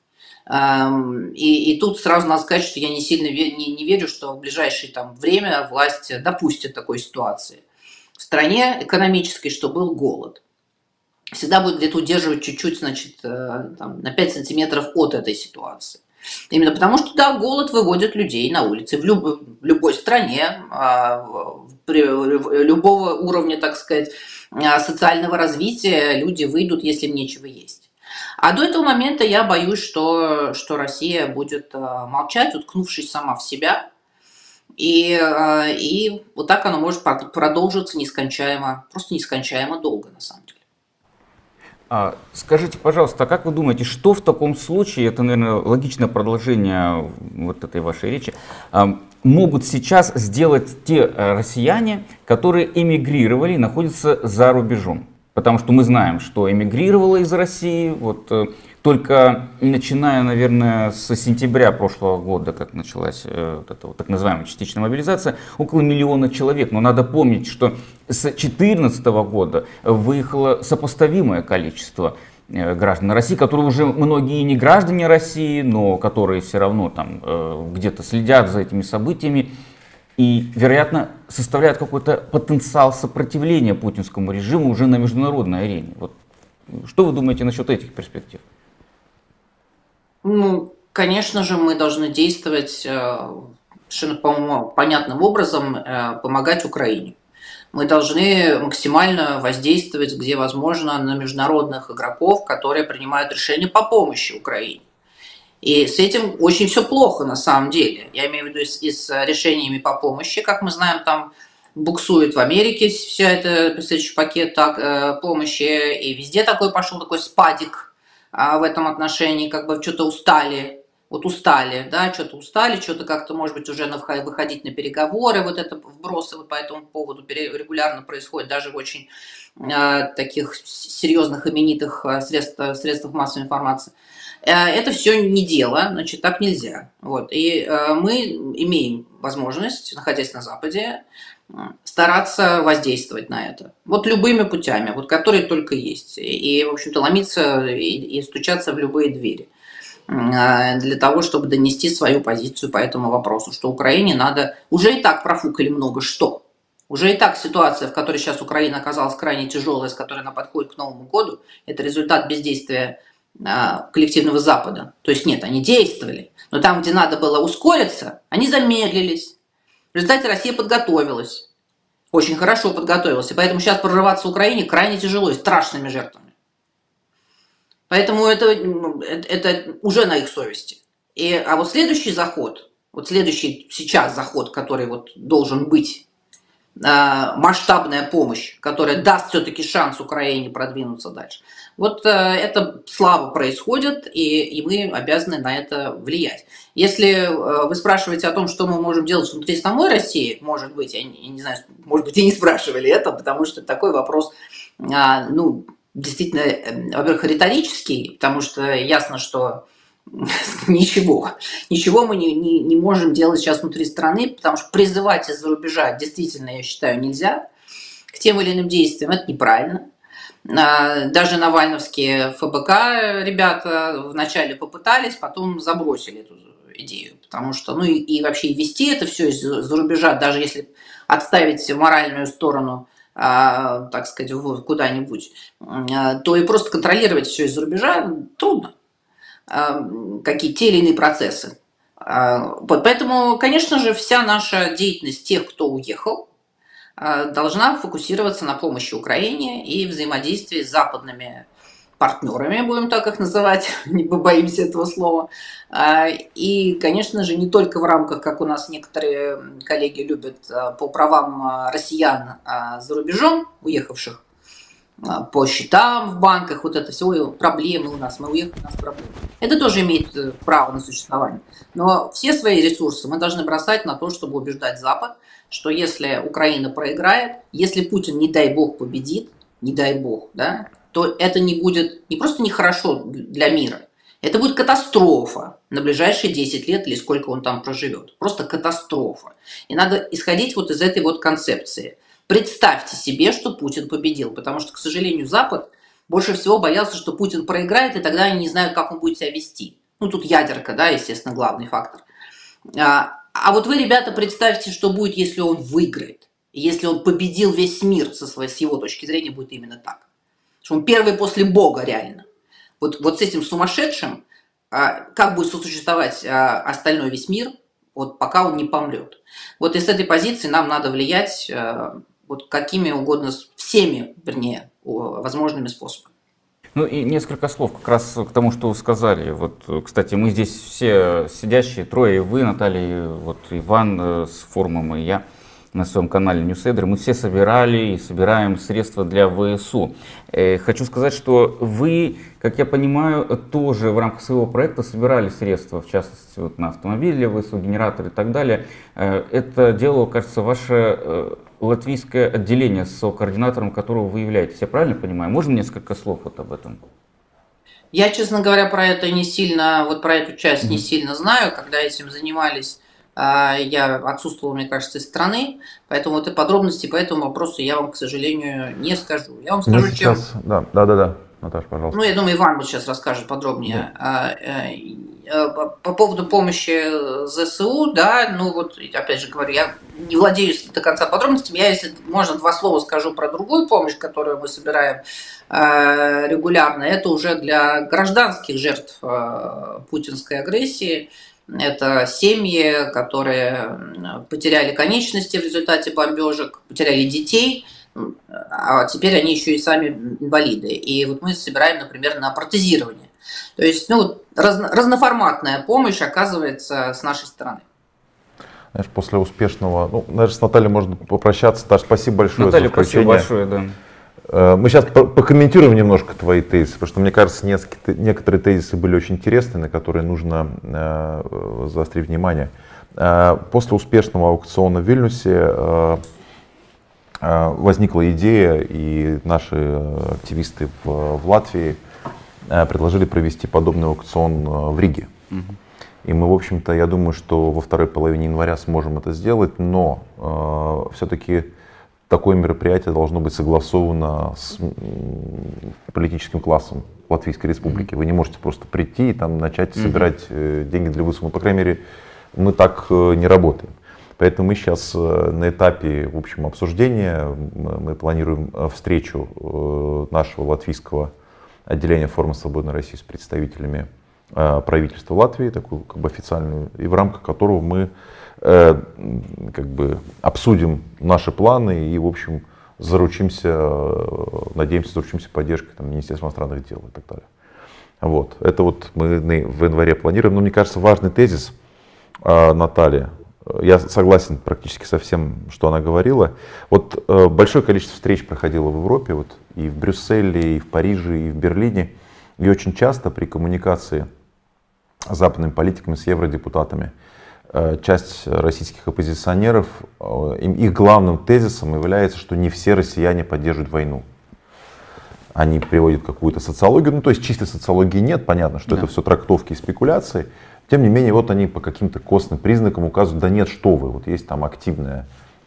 И тут сразу надо сказать, что я не сильно не верю, что в ближайшее время власть допустит такой ситуации. В стране экономической, что был голод. Всегда будет где-то удерживать чуть-чуть, значит, на 5 сантиметров от этой ситуации. Именно потому, что, да, голод выводит людей на улицы в любой стране, при любого уровня, так сказать, социального развития люди выйдут, если им нечего есть. А до этого момента я боюсь, что Россия будет молчать, уткнувшись сама в себя, и вот так оно может продолжиться нескончаемо, просто нескончаемо долго, на самом деле. Скажите, пожалуйста, как вы думаете, что в таком случае, это, наверное, логичное продолжение вот этой вашей речи, могут сейчас сделать те россияне, которые эмигрировали и находятся за рубежом? Потому что мы знаем, что эмигрировало из России, только начиная, наверное, с сентября прошлого года, как началась вот эта так называемая частичная мобилизация, около 1 миллиона человек. Но надо помнить, что с 2014 года выехало сопоставимое количество граждан России, которые уже многие не граждане России, но которые все равно там где-то следят за этими событиями и, вероятно, составляют какой-то потенциал сопротивления путинскому режиму уже на международной арене. Что вы думаете насчет этих перспектив? Конечно же, мы должны действовать совершенно, по-моему, понятным образом, помогать Украине. Мы должны максимально воздействовать, где возможно, на международных игроков, которые принимают решения по помощи Украине. И с этим очень все плохо на самом деле. Я имею в виду и с решениями по помощи, как мы знаем, там буксует в Америке вся эта следующий пакет помощи, и везде такой спадик в этом отношении, как бы что-то устали. Вот устали, да, что-то как-то, может быть, уже выходить на переговоры, вот это вбросы вот по этому поводу регулярно происходят, даже в очень таких серьезных, именитых средствах массовой информации. Это все не дело, значит, так нельзя. Вот. И мы имеем возможность, находясь на Западе, стараться воздействовать на это. Вот любыми путями, вот которые только есть. И в общем-то, ломиться и стучаться в любые двери для того, чтобы донести свою позицию по этому вопросу, что Украине надо... Уже и так профукали много что. Уже и так ситуация, в которой сейчас Украина оказалась крайне тяжелая, с которой она подходит к Новому году, это результат бездействия коллективного Запада. То есть нет, они действовали, но там, где надо было ускориться, они замедлились. В результате Россия подготовилась, очень хорошо подготовилась, и поэтому сейчас прорываться в Украине крайне тяжело и страшными жертвами. Поэтому это уже на их совести. А вот следующий заход, сейчас заход, который вот должен быть, масштабная помощь, которая даст все-таки шанс Украине продвинуться дальше. Вот это слабо происходит, и мы обязаны на это влиять. Если вы спрашиваете о том, что мы можем делать внутри самой России, может быть, я не знаю, может быть, и не спрашивали это, потому что такой вопрос, действительно, во-первых, риторический, потому что ясно, что ничего мы не можем делать сейчас внутри страны, потому что призывать из-за рубежа действительно, я считаю, нельзя к тем или иным действиям, это неправильно. Даже навальновские ФБК ребята вначале попытались, потом забросили эту идею, потому что, и вообще вести это все из-за рубежа, даже если отставить моральную сторону, так сказать, куда-нибудь, то и просто контролировать все из-за рубежа трудно. Какие те или иные процессы. Поэтому, конечно же, вся наша деятельность тех, кто уехал, должна фокусироваться на помощи Украине и взаимодействии с западными партнерами, будем так их называть, не побоимся этого слова. И, конечно же, не только в рамках, как у нас некоторые коллеги любят, по правам россиян за рубежом, уехавших, по счетам в банках, вот это все проблемы у нас, мы уехали, у нас проблемы. Это тоже имеет право на существование. Но все свои ресурсы мы должны бросать на то, чтобы убеждать Запад, что если Украина проиграет, если Путин, не дай бог, победит, не дай бог, да, то это не будет не просто нехорошо для мира, это будет катастрофа на ближайшие 10 лет или сколько он там проживет. Просто катастрофа. И надо исходить вот из этой вот концепции. Представьте себе, что Путин победил, потому что, к сожалению, Запад больше всего боялся, что Путин проиграет, и тогда они не знают, как он будет себя вести. Тут ядерка, да, естественно, главный фактор. А вот вы, ребята, представьте, что будет, если он выиграет. Если он победил весь мир с его точки зрения, будет именно так. Что он первый после Бога реально. Вот с этим сумасшедшим, как будет сосуществовать остальной весь мир, вот пока он не помрет. Вот и с этой позиции нам надо влиять вот какими угодно, всеми, вернее, возможными способами. И несколько слов как раз к тому, что вы сказали. Вот, кстати, мы здесь все сидящие, трое, и вы, Наталья, вот Иван с форумом, и я на своем канале Ньюсейдер, мы все собирали и собираем средства для ВСУ. Хочу сказать, что вы, как я понимаю, тоже в рамках своего проекта собирали средства, в частности, вот на автомобиль для ВСУ, генераторы и так далее. Это делало, кажется, ваше латвийское отделение, с координатором которого вы являетесь. Я правильно понимаю? Можно несколько слов вот об этом? Я, честно говоря, про это не сильно, вот про эту часть не сильно знаю. Когда этим занимались, я отсутствовал, мне кажется, из страны, поэтому вот и подробности по этому вопросу я вам, к сожалению, не скажу. Я вам скажу, сейчас... Да, Наташа, пожалуйста. Я думаю, Иван вот сейчас расскажет подробнее. По поводу помощи ЗСУ, да, опять же говорю, я не владею до конца подробностями. Я, если можно, два слова скажу про другую помощь, которую мы собираем регулярно. Это уже для гражданских жертв путинской агрессии. Это семьи, которые потеряли конечности в результате бомбежек, потеряли детей, А теперь они еще и сами инвалиды. И вот мы собираем, например, на протезирование. То есть, разноформатная помощь оказывается с нашей стороны. Знаешь, после успешного, даже с Натальей можно попрощаться. Таш, спасибо большое Наталья, за включение. спасибо большое, да. Мы сейчас покомментируем немножко твои тезисы, потому что, мне кажется, некоторые тезисы были очень интересны, на которые нужно заострить внимание. После успешного аукциона в Вильнюсе возникла идея, и наши активисты в Латвии предложили провести подобный аукцион в Риге. И мы, в общем-то, я думаю, что во второй половине января сможем это сделать, но все-таки такое мероприятие должно быть согласовано с политическим классом Латвийской Республики. Вы не можете просто прийти и там начать собирать деньги для ВСУ. По крайней мере, мы так не работаем. Поэтому мы сейчас на этапе, в общем, обсуждения. Мы планируем встречу нашего латвийского отделения Форума Свободной России с представителями правительства Латвии, такую как бы официальную, и в рамках которого мы как бы обсудим наши планы и, в общем, надеемся, заручимся поддержкой Министерства иностранных дел и так далее. Вот. Это вот мы в январе планируем. Но мне кажется, важный тезис Наталья, я согласен практически со всем, что она говорила. Вот большое количество встреч проходило в Европе, вот, и в Брюсселе, и в Париже, и в Берлине. И очень часто при коммуникации с западными политиками, с евродепутатами, часть российских оппозиционеров, их главным тезисом является, что не все россияне поддерживают войну. Они приводят какую-то социологию, то есть чистой социологии нет, понятно, что это все трактовки и спекуляции. Тем не менее, вот они по каким-то косвенным признакам указывают, да нет, что вы, вот есть там активные,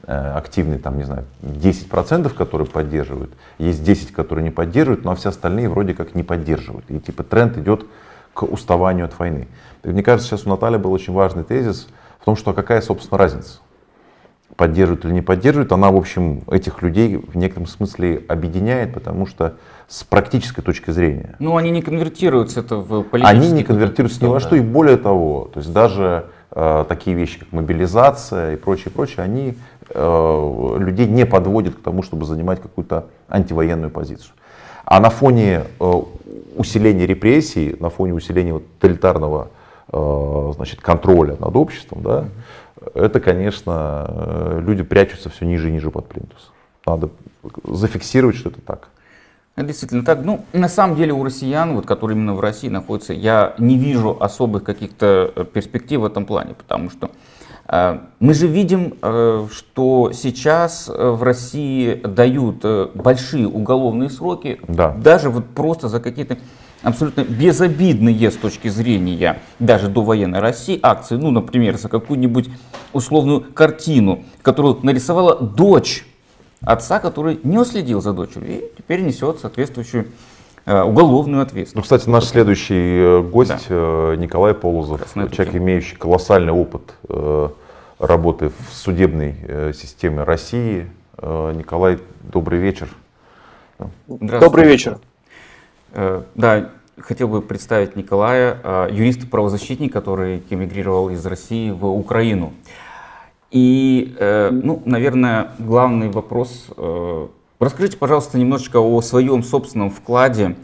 там, не знаю, 10%, которые поддерживают, есть 10, которые не поддерживают, ну а все остальные вроде как не поддерживают. И типа тренд идет к уставанию от войны. И, мне кажется, сейчас у Натальи был очень важный тезис в том, что какая, собственно, разница, поддерживают или не поддерживают. Она, в общем, этих людей в некотором смысле объединяет, потому что с практической точки зрения. Ну, они не конвертируются это в политические. Они не конвертируются ни во что, и более того, то есть даже такие вещи, как мобилизация и прочее, они людей не подводят к тому, чтобы занимать какую-то антивоенную позицию. А на фоне усиления репрессий, на фоне усиления тоталитарного контроля над обществом, да, это, конечно, люди прячутся все ниже и ниже под плинтус. Надо зафиксировать, что это так. Действительно так. Ну, на самом деле у россиян, вот, которые именно в России находятся, я не вижу особых каких-то перспектив в этом плане, потому что мы же видим, что сейчас в России дают большие уголовные сроки, даже вот просто за какие-то абсолютно безобидные с точки зрения даже до военной России акции, ну, например, за какую-нибудь условную картину, которую нарисовала дочь отца, который не уследил за дочерью и теперь несет соответствующую уголовную ответственность. Ну, кстати, наш следующий гость, Николай Полозов, человек, имеющий колоссальный опыт работы в судебной системе России. Николай, добрый вечер. Добрый вечер. Да, хотел бы представить Николая, юрист-правозащитник, который эмигрировал из России в Украину. И, ну, наверное, главный вопрос. Расскажите, пожалуйста, немножечко о своем собственном вкладе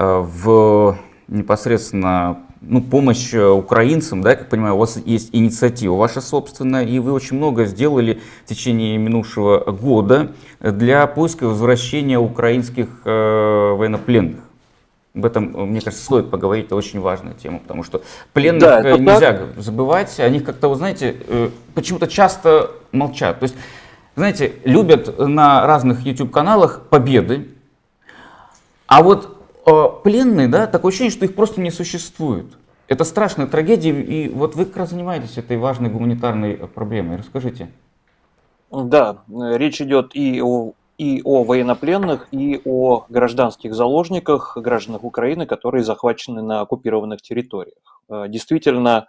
в непосредственно помощь украинцам. Да, как понимаю, у вас есть инициатива ваша собственная, и вы очень много сделали в течение минувшего года для поиска и возвращения украинских военнопленных. Об этом, мне кажется, стоит поговорить, это очень важная тема, потому что пленных нельзя забывать, о них как-то, вы знаете, почему-то часто молчат. То есть, знаете, любят на разных YouTube-каналах победы, а вот пленные, да, такое ощущение, что их просто не существует. Это страшная трагедия, и вот вы как раз занимаетесь этой важной гуманитарной проблемой. Расскажите. Да, речь идет и о военнопленных, и о гражданских заложниках, гражданах Украины, которые захвачены на оккупированных территориях. Действительно,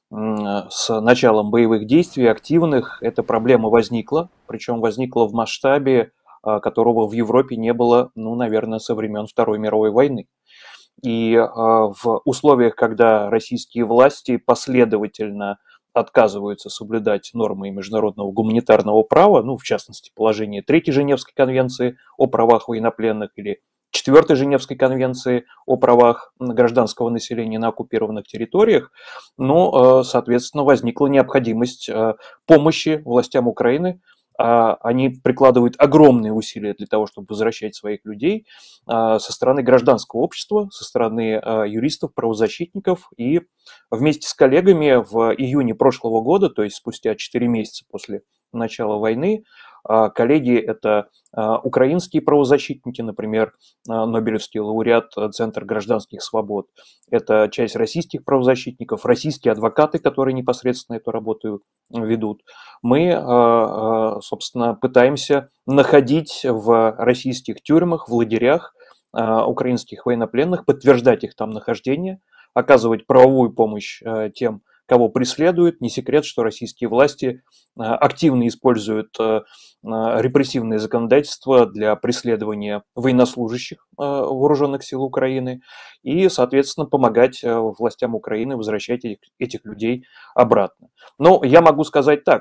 с началом боевых действий активных эта проблема возникла, причем возникла в масштабе, которого в Европе не было, наверное, со времен Второй мировой войны. И в условиях, когда российские власти последовательно отказываются соблюдать нормы международного гуманитарного права, ну, в частности, положение 3-й Женевской конвенции о правах военнопленных или 4-й Женевской конвенции о правах гражданского населения на оккупированных территориях, но, соответственно, возникла необходимость помощи властям Украины. Они прикладывают огромные усилия для того, чтобы возвращать своих людей со стороны гражданского общества, со стороны юристов, правозащитников. И вместе с коллегами в июне прошлого года, то есть спустя 4 месяца после начала войны, коллеги – это украинские правозащитники, например, Нобелевский лауреат Центр гражданских свобод, это часть российских правозащитников, российские адвокаты, которые непосредственно эту работу ведут. Мы, собственно, пытаемся находить в российских тюрьмах, в лагерях украинских военнопленных, подтверждать их там нахождение, оказывать правовую помощь тем, кого преследуют. Не секрет, что российские власти активно используют репрессивное законодательство для преследования военнослужащих вооруженных сил Украины и, соответственно, помогать властям Украины возвращать этих людей обратно. Но я могу сказать так,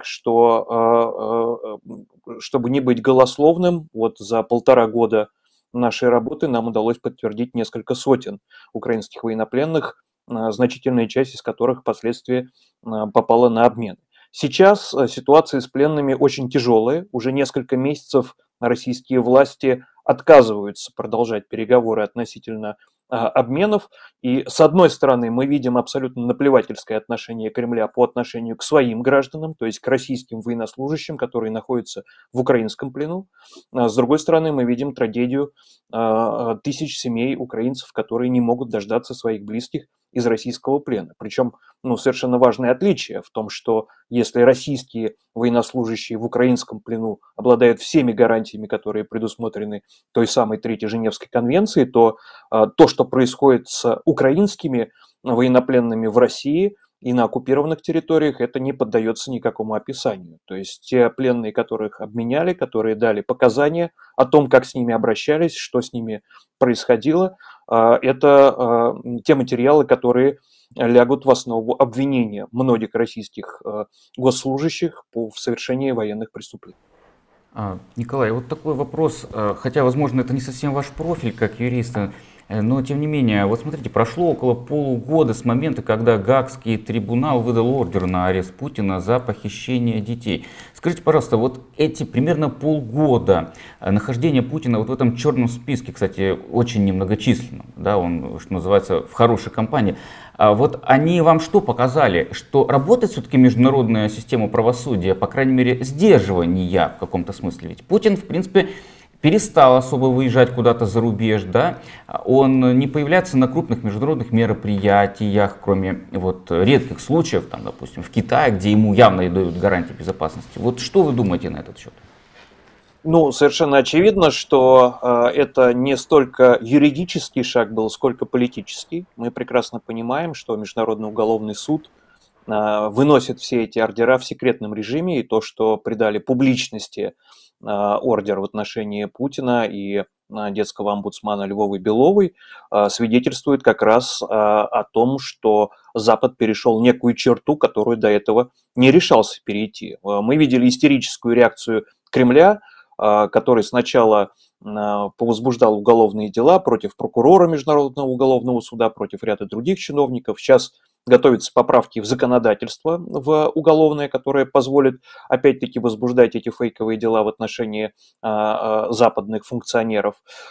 что, чтобы не быть голословным, вот за 1,5 года нашей работы нам удалось подтвердить несколько сотен украинских военнопленных, значительная часть из которых впоследствии попала на обмен. Сейчас ситуация с пленными очень тяжелая. Уже несколько месяцев российские власти отказываются продолжать переговоры относительно обменов. И с одной стороны мы видим абсолютно наплевательское отношение Кремля по отношению к своим гражданам, то есть к российским военнослужащим, которые находятся в украинском плену. С другой стороны мы видим трагедию тысяч семей украинцев, которые не могут дождаться своих близких из российского плена. Причем совершенно важное отличие в том, что если российские военнослужащие в украинском плену обладают всеми гарантиями, которые предусмотрены той самой 3-й Женевской конвенции, то то, что происходит с украинскими военнопленными в России и на оккупированных территориях, это не поддается никакому описанию. То есть те пленные, которых обменяли, которые дали показания о том, как с ними обращались, что с ними происходило, это те материалы, которые лягут в основу обвинения многих российских госслужащих в совершении военных преступлений. Николай, вот такой вопрос, хотя, возможно, это не совсем ваш профиль как юриста, но тем не менее, вот смотрите, прошло около полугода с момента, когда Гаагский трибунал выдал ордер на арест Путина за похищение детей. Скажите, пожалуйста, вот эти примерно полгода нахождения Путина вот в этом черном списке, кстати, очень немногочисленном, да, он, что называется, в хорошей компании, вот они вам что показали? Что работает все-таки международная система правосудия, по крайней мере, сдерживания в каком-то смысле? Ведь Путин, в принципе, перестал особо выезжать куда-то за рубеж, да? Он не появляется на крупных международных мероприятиях, кроме вот редких случаев, там, допустим, в Китае, где ему явно и дают гарантии безопасности. Вот что вы думаете на этот счет? Совершенно очевидно, что это не столько юридический шаг был, сколько политический. Мы прекрасно понимаем, что Международный уголовный суд выносит все эти ордера в секретном режиме, и то, что придали публичности ордер в отношении Путина и детского омбудсмана Львовой Беловой, свидетельствует как раз о том, что Запад перешел некую черту, которую до этого не решался перейти. Мы видели истерическую реакцию Кремля, который сначала повозбуждал уголовные дела против прокурора Международного уголовного суда, против ряда других чиновников. Сейчас готовятся поправки в законодательство в уголовное, которое позволит опять-таки возбуждать эти фейковые дела в отношении западных функционеров.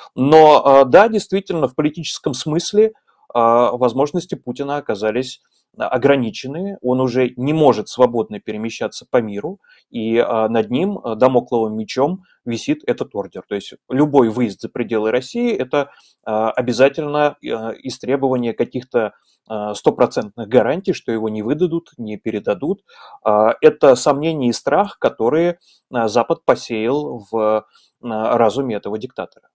Но да, действительно, в политическом смысле возможности Путина оказались ограничены, он уже не может свободно перемещаться по миру, и над ним дамокловым мечом висит этот ордер. То есть любой выезд за пределы России – это обязательно истребование каких-то стопроцентных гарантий, что его не выдадут, не передадут. Это сомнения и страх, которые Запад посеял в разуме этого диктатора.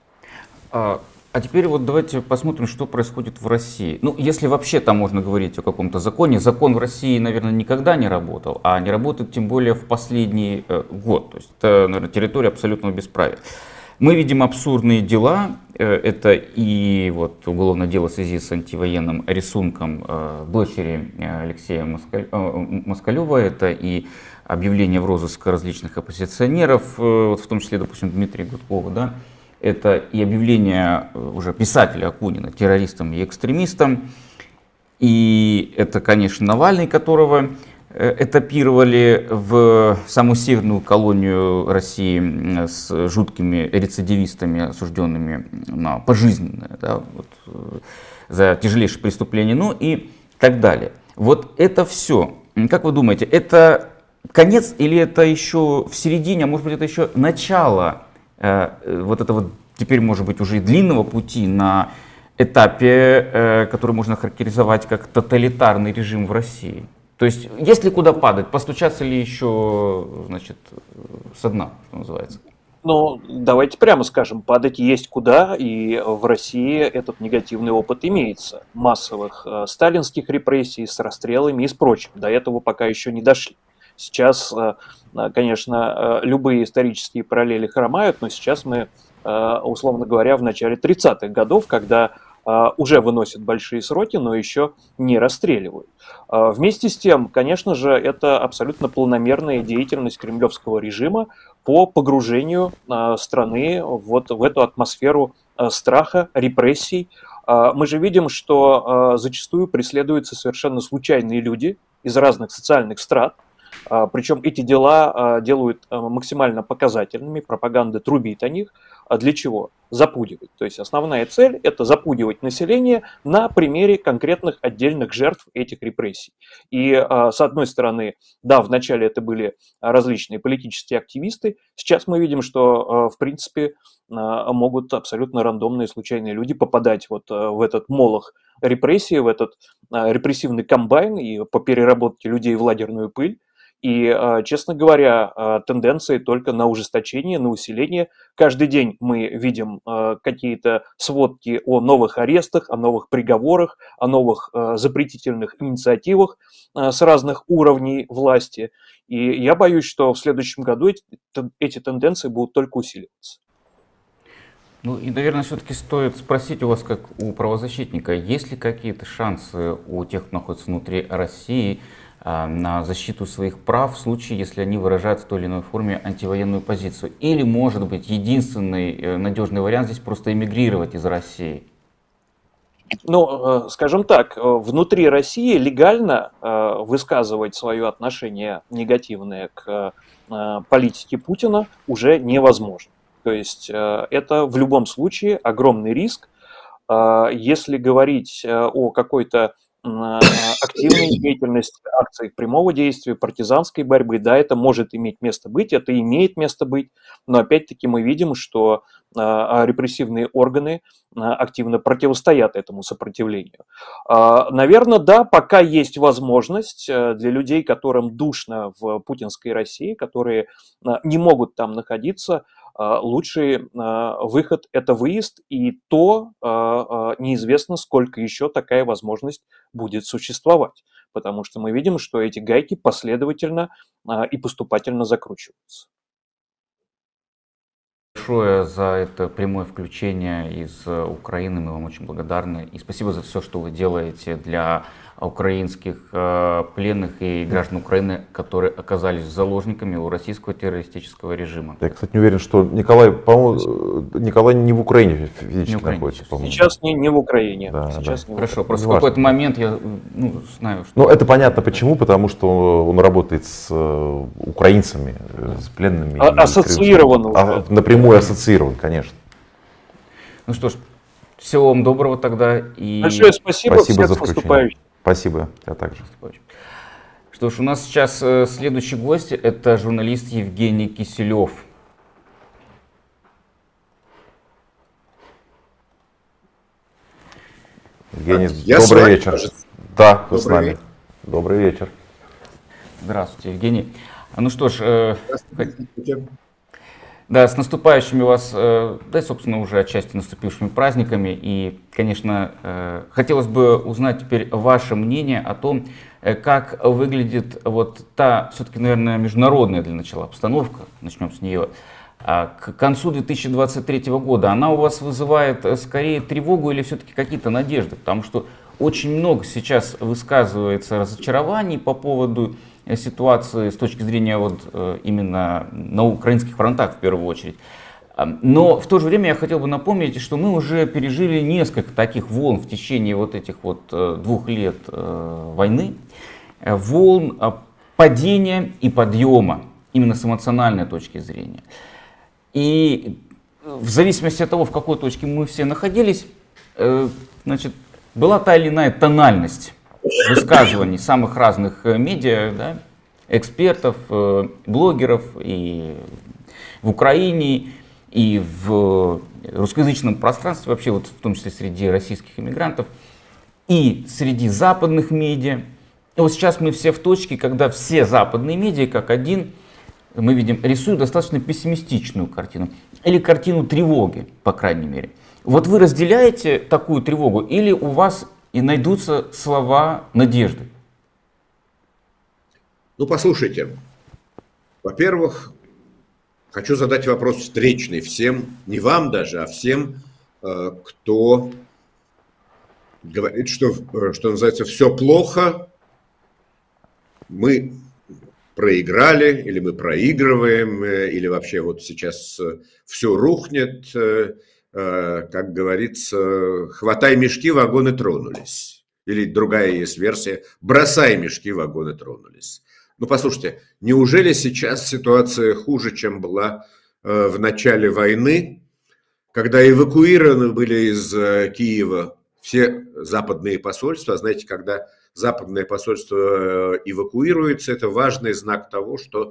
А теперь вот давайте посмотрим, что происходит в России. Если вообще там можно говорить о каком-то законе. Закон в России, наверное, никогда не работал, а не работает тем более в последний год. То есть это, наверное, территория абсолютного бесправия. Мы видим абсурдные дела, Это и вот уголовное дело в связи с антивоенным рисунком дочери Алексея Москалева, это и объявление в розыск различных оппозиционеров, вот в том числе, допустим, Дмитрия Гудкова, да, это и объявление уже писателя Акунина террористом и экстремистом, и это, конечно, Навальный, которого этапировали в самую северную колонию России с жуткими рецидивистами, осужденными на пожизненное, да, вот, за тяжелейшие преступления, ну и так далее. Вот это все, как вы думаете, это конец или это еще в середине, а может быть это еще начало вот этого теперь может быть уже и длинного пути на этапе, который можно характеризовать как тоталитарный режим в России? То есть, есть ли куда падать, постучаться ли еще, значит, со дна, что называется? Ну, давайте прямо скажем, падать есть куда, и в России этот негативный опыт имеется. Массовых сталинских репрессий с расстрелами и с прочим. До этого пока еще не дошли. Сейчас, конечно, любые исторические параллели хромают, но сейчас мы, условно говоря, в начале 30-х годов, когда уже выносят большие сроки, но еще не расстреливают. Вместе с тем, конечно же, это абсолютно планомерная деятельность кремлевского режима по погружению страны вот в эту атмосферу страха, репрессий. Мы же видим, что зачастую преследуются совершенно случайные люди из разных социальных страт, причем эти дела делают максимально показательными, пропаганда трубит о них. А для чего? Запугивать. То есть основная цель – это запугивать население на примере конкретных отдельных жертв этих репрессий. И с одной стороны, да, вначале это были различные политические активисты, сейчас мы видим, что в принципе могут абсолютно рандомные случайные люди попадать вот в этот молох репрессий, в этот репрессивный комбайн и по переработке людей в лагерную пыль. И, честно говоря, тенденции только на ужесточение, на усиление. Каждый день мы видим какие-то сводки о новых арестах, о новых приговорах, о новых запретительных инициативах с разных уровней власти. И я боюсь, что в следующем году эти тенденции будут только усиливаться. Ну и, наверное, все-таки стоит спросить у вас, как у правозащитника, есть ли какие-то шансы у тех, кто находится внутри России, на защиту своих прав в случае, если они выражают в той или иной форме антивоенную позицию? Или, может быть, единственный надежный вариант здесь просто эмигрировать из России? Ну, скажем так, внутри России легально высказывать свое отношение негативное к политике Путина уже невозможно. То есть это в любом случае огромный риск. Если говорить о какой-то активной деятельности, акциях прямого действия, партизанской борьбы, да, это может иметь место быть, это имеет место быть, но опять-таки мы видим, что репрессивные органы активно противостоят этому сопротивлению. Наверное, да, пока есть возможность для людей, которым душно в путинской России, которые не могут там находиться, лучший выход – это выезд, и то неизвестно, сколько еще такая возможность будет существовать, потому что мы видим, что эти гайки последовательно и поступательно закручиваются. Большое за это прямое включение из Украины, мы вам очень благодарны, и спасибо за все, что вы делаете для украинских пленных и граждан Украины, которые оказались заложниками у российского террористического режима. Я, кстати, не уверен, что Николай, по-моему, Николай не в Украине физически находится. Сейчас не в Украине. Да, сейчас да. не Хорошо, в просто в какой-то момент я знаю, что... Ну, это понятно почему, потому что он работает с украинцами, с пленными. Ассоциирован уже. Напрямую ассоциирован, конечно. Ну что ж, всего вам доброго тогда. И... Большое спасибо, Спасибо всех за с наступающим. Спасибо, я также. Что ж, у нас сейчас следующий гость, это журналист Евгений Киселев. Евгений, добрый вечер. Кажется. Да, вы с нами. Добрый вечер. Здравствуйте, Евгений. Ну что ж, да, с наступающими вас, да, собственно, уже отчасти наступившими праздниками. И, конечно, хотелось бы узнать теперь ваше мнение о том, как выглядит вот та, все-таки, наверное, международная для начала обстановка, начнем с нее, к концу 2023 года, она у вас вызывает скорее тревогу или все-таки какие-то надежды? Потому что очень много сейчас высказывается разочарований по поводу ситуации с точки зрения вот именно на украинских фронтах в первую очередь. Но в то же время я хотел бы напомнить, что мы уже пережили несколько таких волн в течение вот этих вот 2 лет войны. Волн падения и подъема, именно с эмоциональной точки зрения. И в зависимости от того, в какой точке мы все находились, значит, была та или иная тональность высказываний самых разных медиа, да, экспертов, блогеров и в Украине, и в русскоязычном пространстве, вообще вот в том числе среди российских иммигрантов, и среди западных медиа. И вот сейчас мы все в точке, когда все западные медиа как один, мы видим, рисуют достаточно пессимистичную картину. Или картину тревоги, по крайней мере. Вот вы разделяете такую тревогу или у вас и найдутся слова надежды? Ну, послушайте. Во-первых, хочу задать вопрос встречный всем, не вам даже, а всем, кто говорит, что называется, все плохо, мы проиграли, или мы проигрываем, или вообще вот сейчас все рухнет, как говорится, хватай мешки, вагоны тронулись. Или другая есть версия, бросай мешки, вагоны тронулись. Ну, послушайте, неужели сейчас ситуация хуже, чем была в начале войны, когда эвакуированы были из Киева все западные посольства? Знаете, когда западное посольство эвакуируется, это важный знак того, что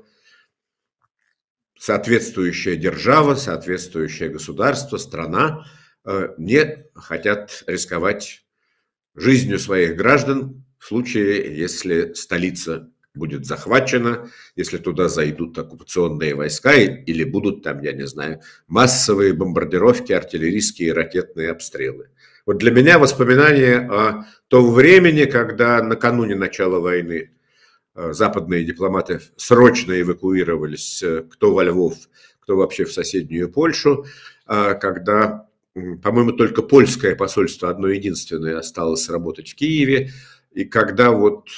соответствующая держава, соответствующее государство, страна не хотят рисковать жизнью своих граждан в случае, если столица будет захвачена, если туда зайдут оккупационные войска или будут там, я не знаю, массовые бомбардировки, артиллерийские и ракетные обстрелы. Вот для меня воспоминание о том времени, когда накануне начала войны западные дипломаты срочно эвакуировались, кто во Львов, кто вообще в соседнюю Польшу, когда, по-моему, только польское посольство одно единственное осталось работать в Киеве, и когда вот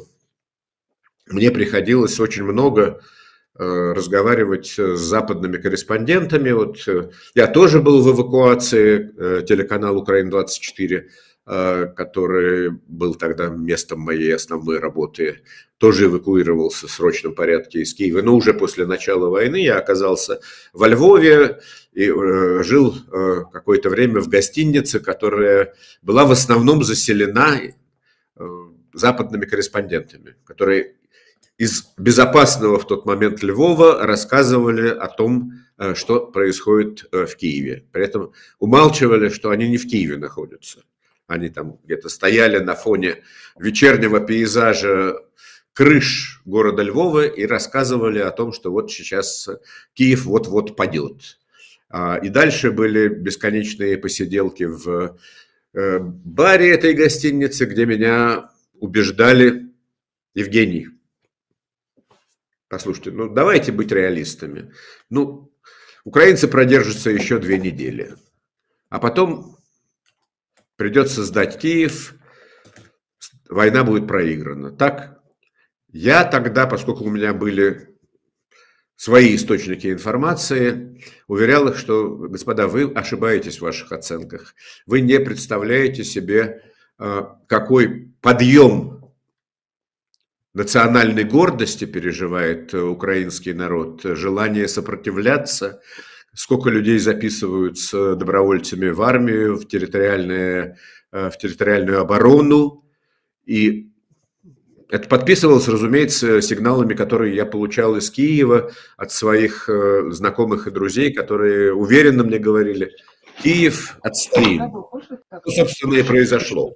мне приходилось очень много разговаривать с западными корреспондентами. Вот я тоже был в эвакуации, телеканал «Украина-24», который был тогда местом моей основной работы, тоже эвакуировался в срочном порядке из Киева. Но уже после начала войны я оказался во Львове и жил какое-то время в гостинице, которая была в основном заселена западными корреспондентами, которые из безопасного в тот момент Львова рассказывали о том, что происходит в Киеве. При этом умалчивали, что они не в Киеве находятся. Они там где-то стояли на фоне вечернего пейзажа крыш города Львова и рассказывали о том, что вот сейчас Киев вот-вот падет. И дальше были бесконечные посиделки в баре этой гостиницы, где меня убеждали: Евгений, послушайте, ну давайте быть реалистами. Ну, украинцы продержатся еще 2 недели, а потом придется сдать Киев, война будет проиграна. Так, я тогда, поскольку у меня были свои источники информации, уверял их, что, господа, вы ошибаетесь в ваших оценках. Вы не представляете себе, какой подъем национальной гордости переживает украинский народ, желание сопротивляться, сколько людей записываются добровольцами в армию, в территориальную оборону. И это подписывалось, разумеется, сигналами, которые я получал из Киева от своих знакомых и друзей, которые уверенно мне говорили: Киев отстоим. Что, собственно, и произошло.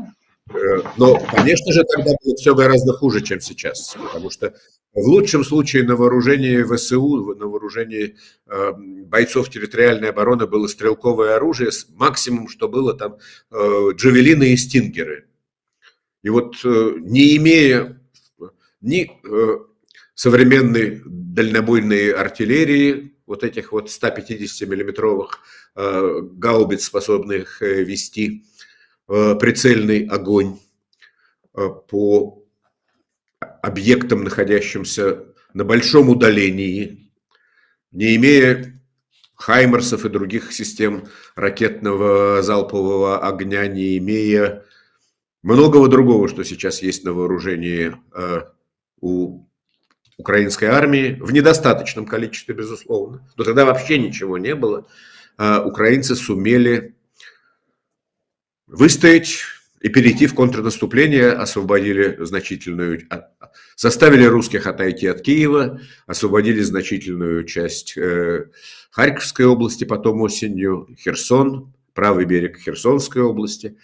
Но, конечно же, тогда было все гораздо хуже, чем сейчас, потому что в лучшем случае на вооружении ВСУ, на вооружении бойцов территориальной обороны было стрелковое оружие, максимум, что было там, джавелины и стингеры. И вот не имея ни современной дальнобойной артиллерии, вот этих вот 150-миллиметровых гаубиц, способных вести прицельный огонь по объектам, находящимся на большом удалении, не имея хаймерсов и других систем ракетного залпового огня, не имея многого другого, что сейчас есть на вооружении у украинской армии, в недостаточном количестве, безусловно, но тогда вообще ничего не было. Украинцы сумели выстоять и перейти в контрнаступление, заставили русских отойти от Киева, освободили значительную часть Харьковской области, потом осенью Херсон, правый берег Херсонской области.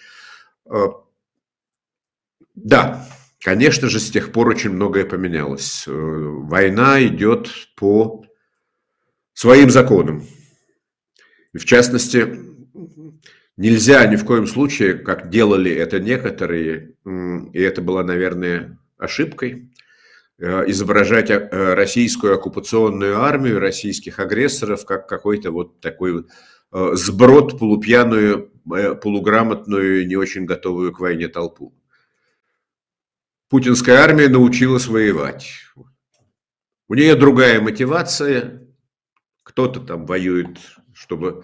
Да, конечно же, с тех пор очень многое поменялось. Война идет по своим законам. И в частности, нельзя ни в коем случае, как делали это некоторые, и это была, наверное, ошибкой, изображать российскую оккупационную армию, российских агрессоров, как какой-то вот такой сброд, полупьяную, полуграмотную, не очень готовую к войне толпу. Путинская армия научилась воевать. У нее другая мотивация. Кто-то там воюет, чтобы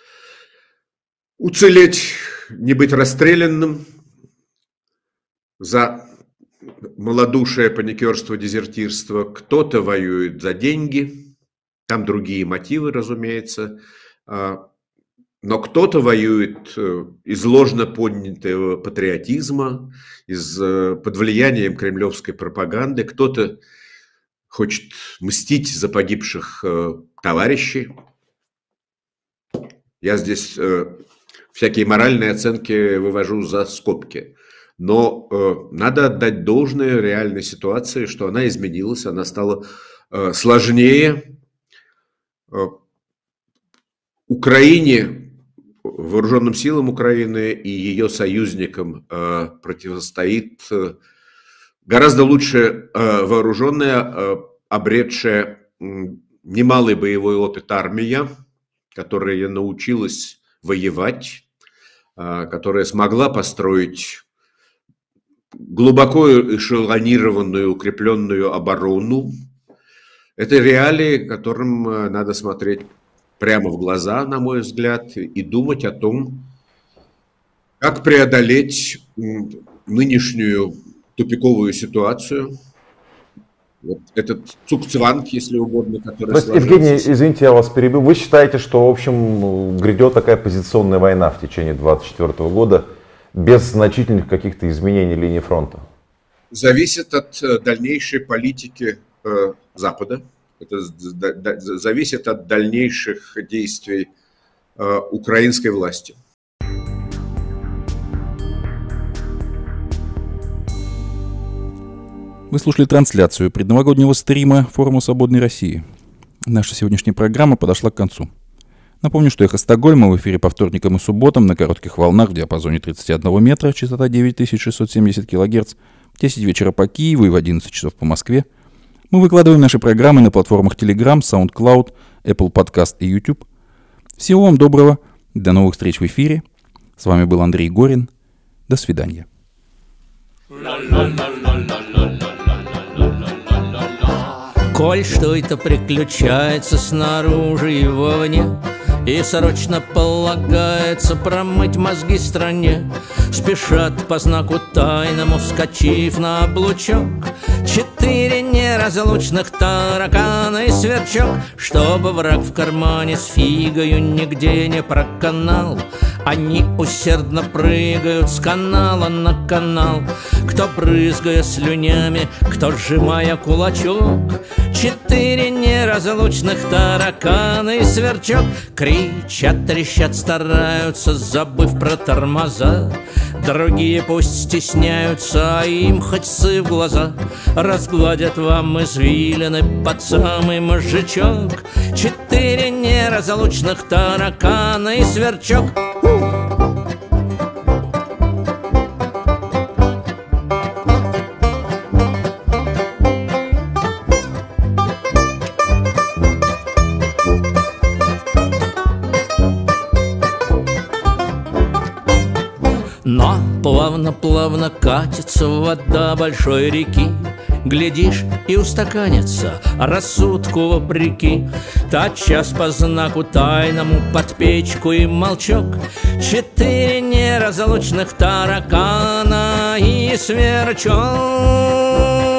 уцелеть, не быть расстрелянным за малодушие, паникерство, дезертирство. Кто-то воюет за деньги. Там другие мотивы, разумеется. Но кто-то воюет из ложно поднятого патриотизма, под влиянием кремлевской пропаганды. Кто-то хочет мстить за погибших товарищей. Я здесь всякие моральные оценки вывожу за скобки. Но надо отдать должное реальной ситуации, что она изменилась, она стала сложнее. Украине, вооруженным силам Украины и ее союзникам противостоит гораздо лучше вооруженная, обретшая немалый боевой опыт армия, которая научилась воевать, которая смогла построить глубоко эшелонированную, укрепленную оборону. Это реалии, которым надо смотреть прямо в глаза, на мой взгляд, и думать о том, как преодолеть нынешнюю тупиковую ситуацию. Вот этот цукцванг, если угодно, который сложился. Евгений, извините, я вас перебил. Вы считаете, что, в общем, грядет такая позиционная война в течение 2024 года без значительных каких-то изменений линии фронта? Зависит от дальнейшей политики Запада. Это зависит от дальнейших действий украинской власти. Вы слушали трансляцию предновогоднего стрима Форума Свободной России. Наша сегодняшняя программа подошла к концу. Напомню, что «Эхо Стокгольма» в эфире по вторникам и субботам на коротких волнах в диапазоне 31 метра, частота 9670 кГц, в 10 вечера по Киеву и в 11 часов по Москве. Мы выкладываем наши программы на платформах Telegram, SoundCloud, Apple Podcast и YouTube. Всего вам доброго. До новых встреч в эфире. С вами был Андрей Горин. До свидания. Коль что-то приключается снаружи и вовне, и срочно полагается промыть мозги стране, спешат по знаку тайному, вскочив на облучок, 4 неразлучных таракана и сверчок, чтобы враг в кармане с фигою нигде не проканал. Они усердно прыгают с канала на канал, кто брызгая слюнями, кто сжимая кулачок. 4 неразлучных таракана и сверчок кричат, трещат, стараются, забыв про тормоза. Другие пусть стесняются, а им хоть сы в глаза. Разгладят вам извилины под самый мозжечок. 4 неразлучных таракана и сверчок. Но плавно-плавно катится вода большой реки. Глядишь, и устаканится рассудку вопреки. Тотчас по знаку тайному под печку и молчок 4 неразлучных таракана и сверчок.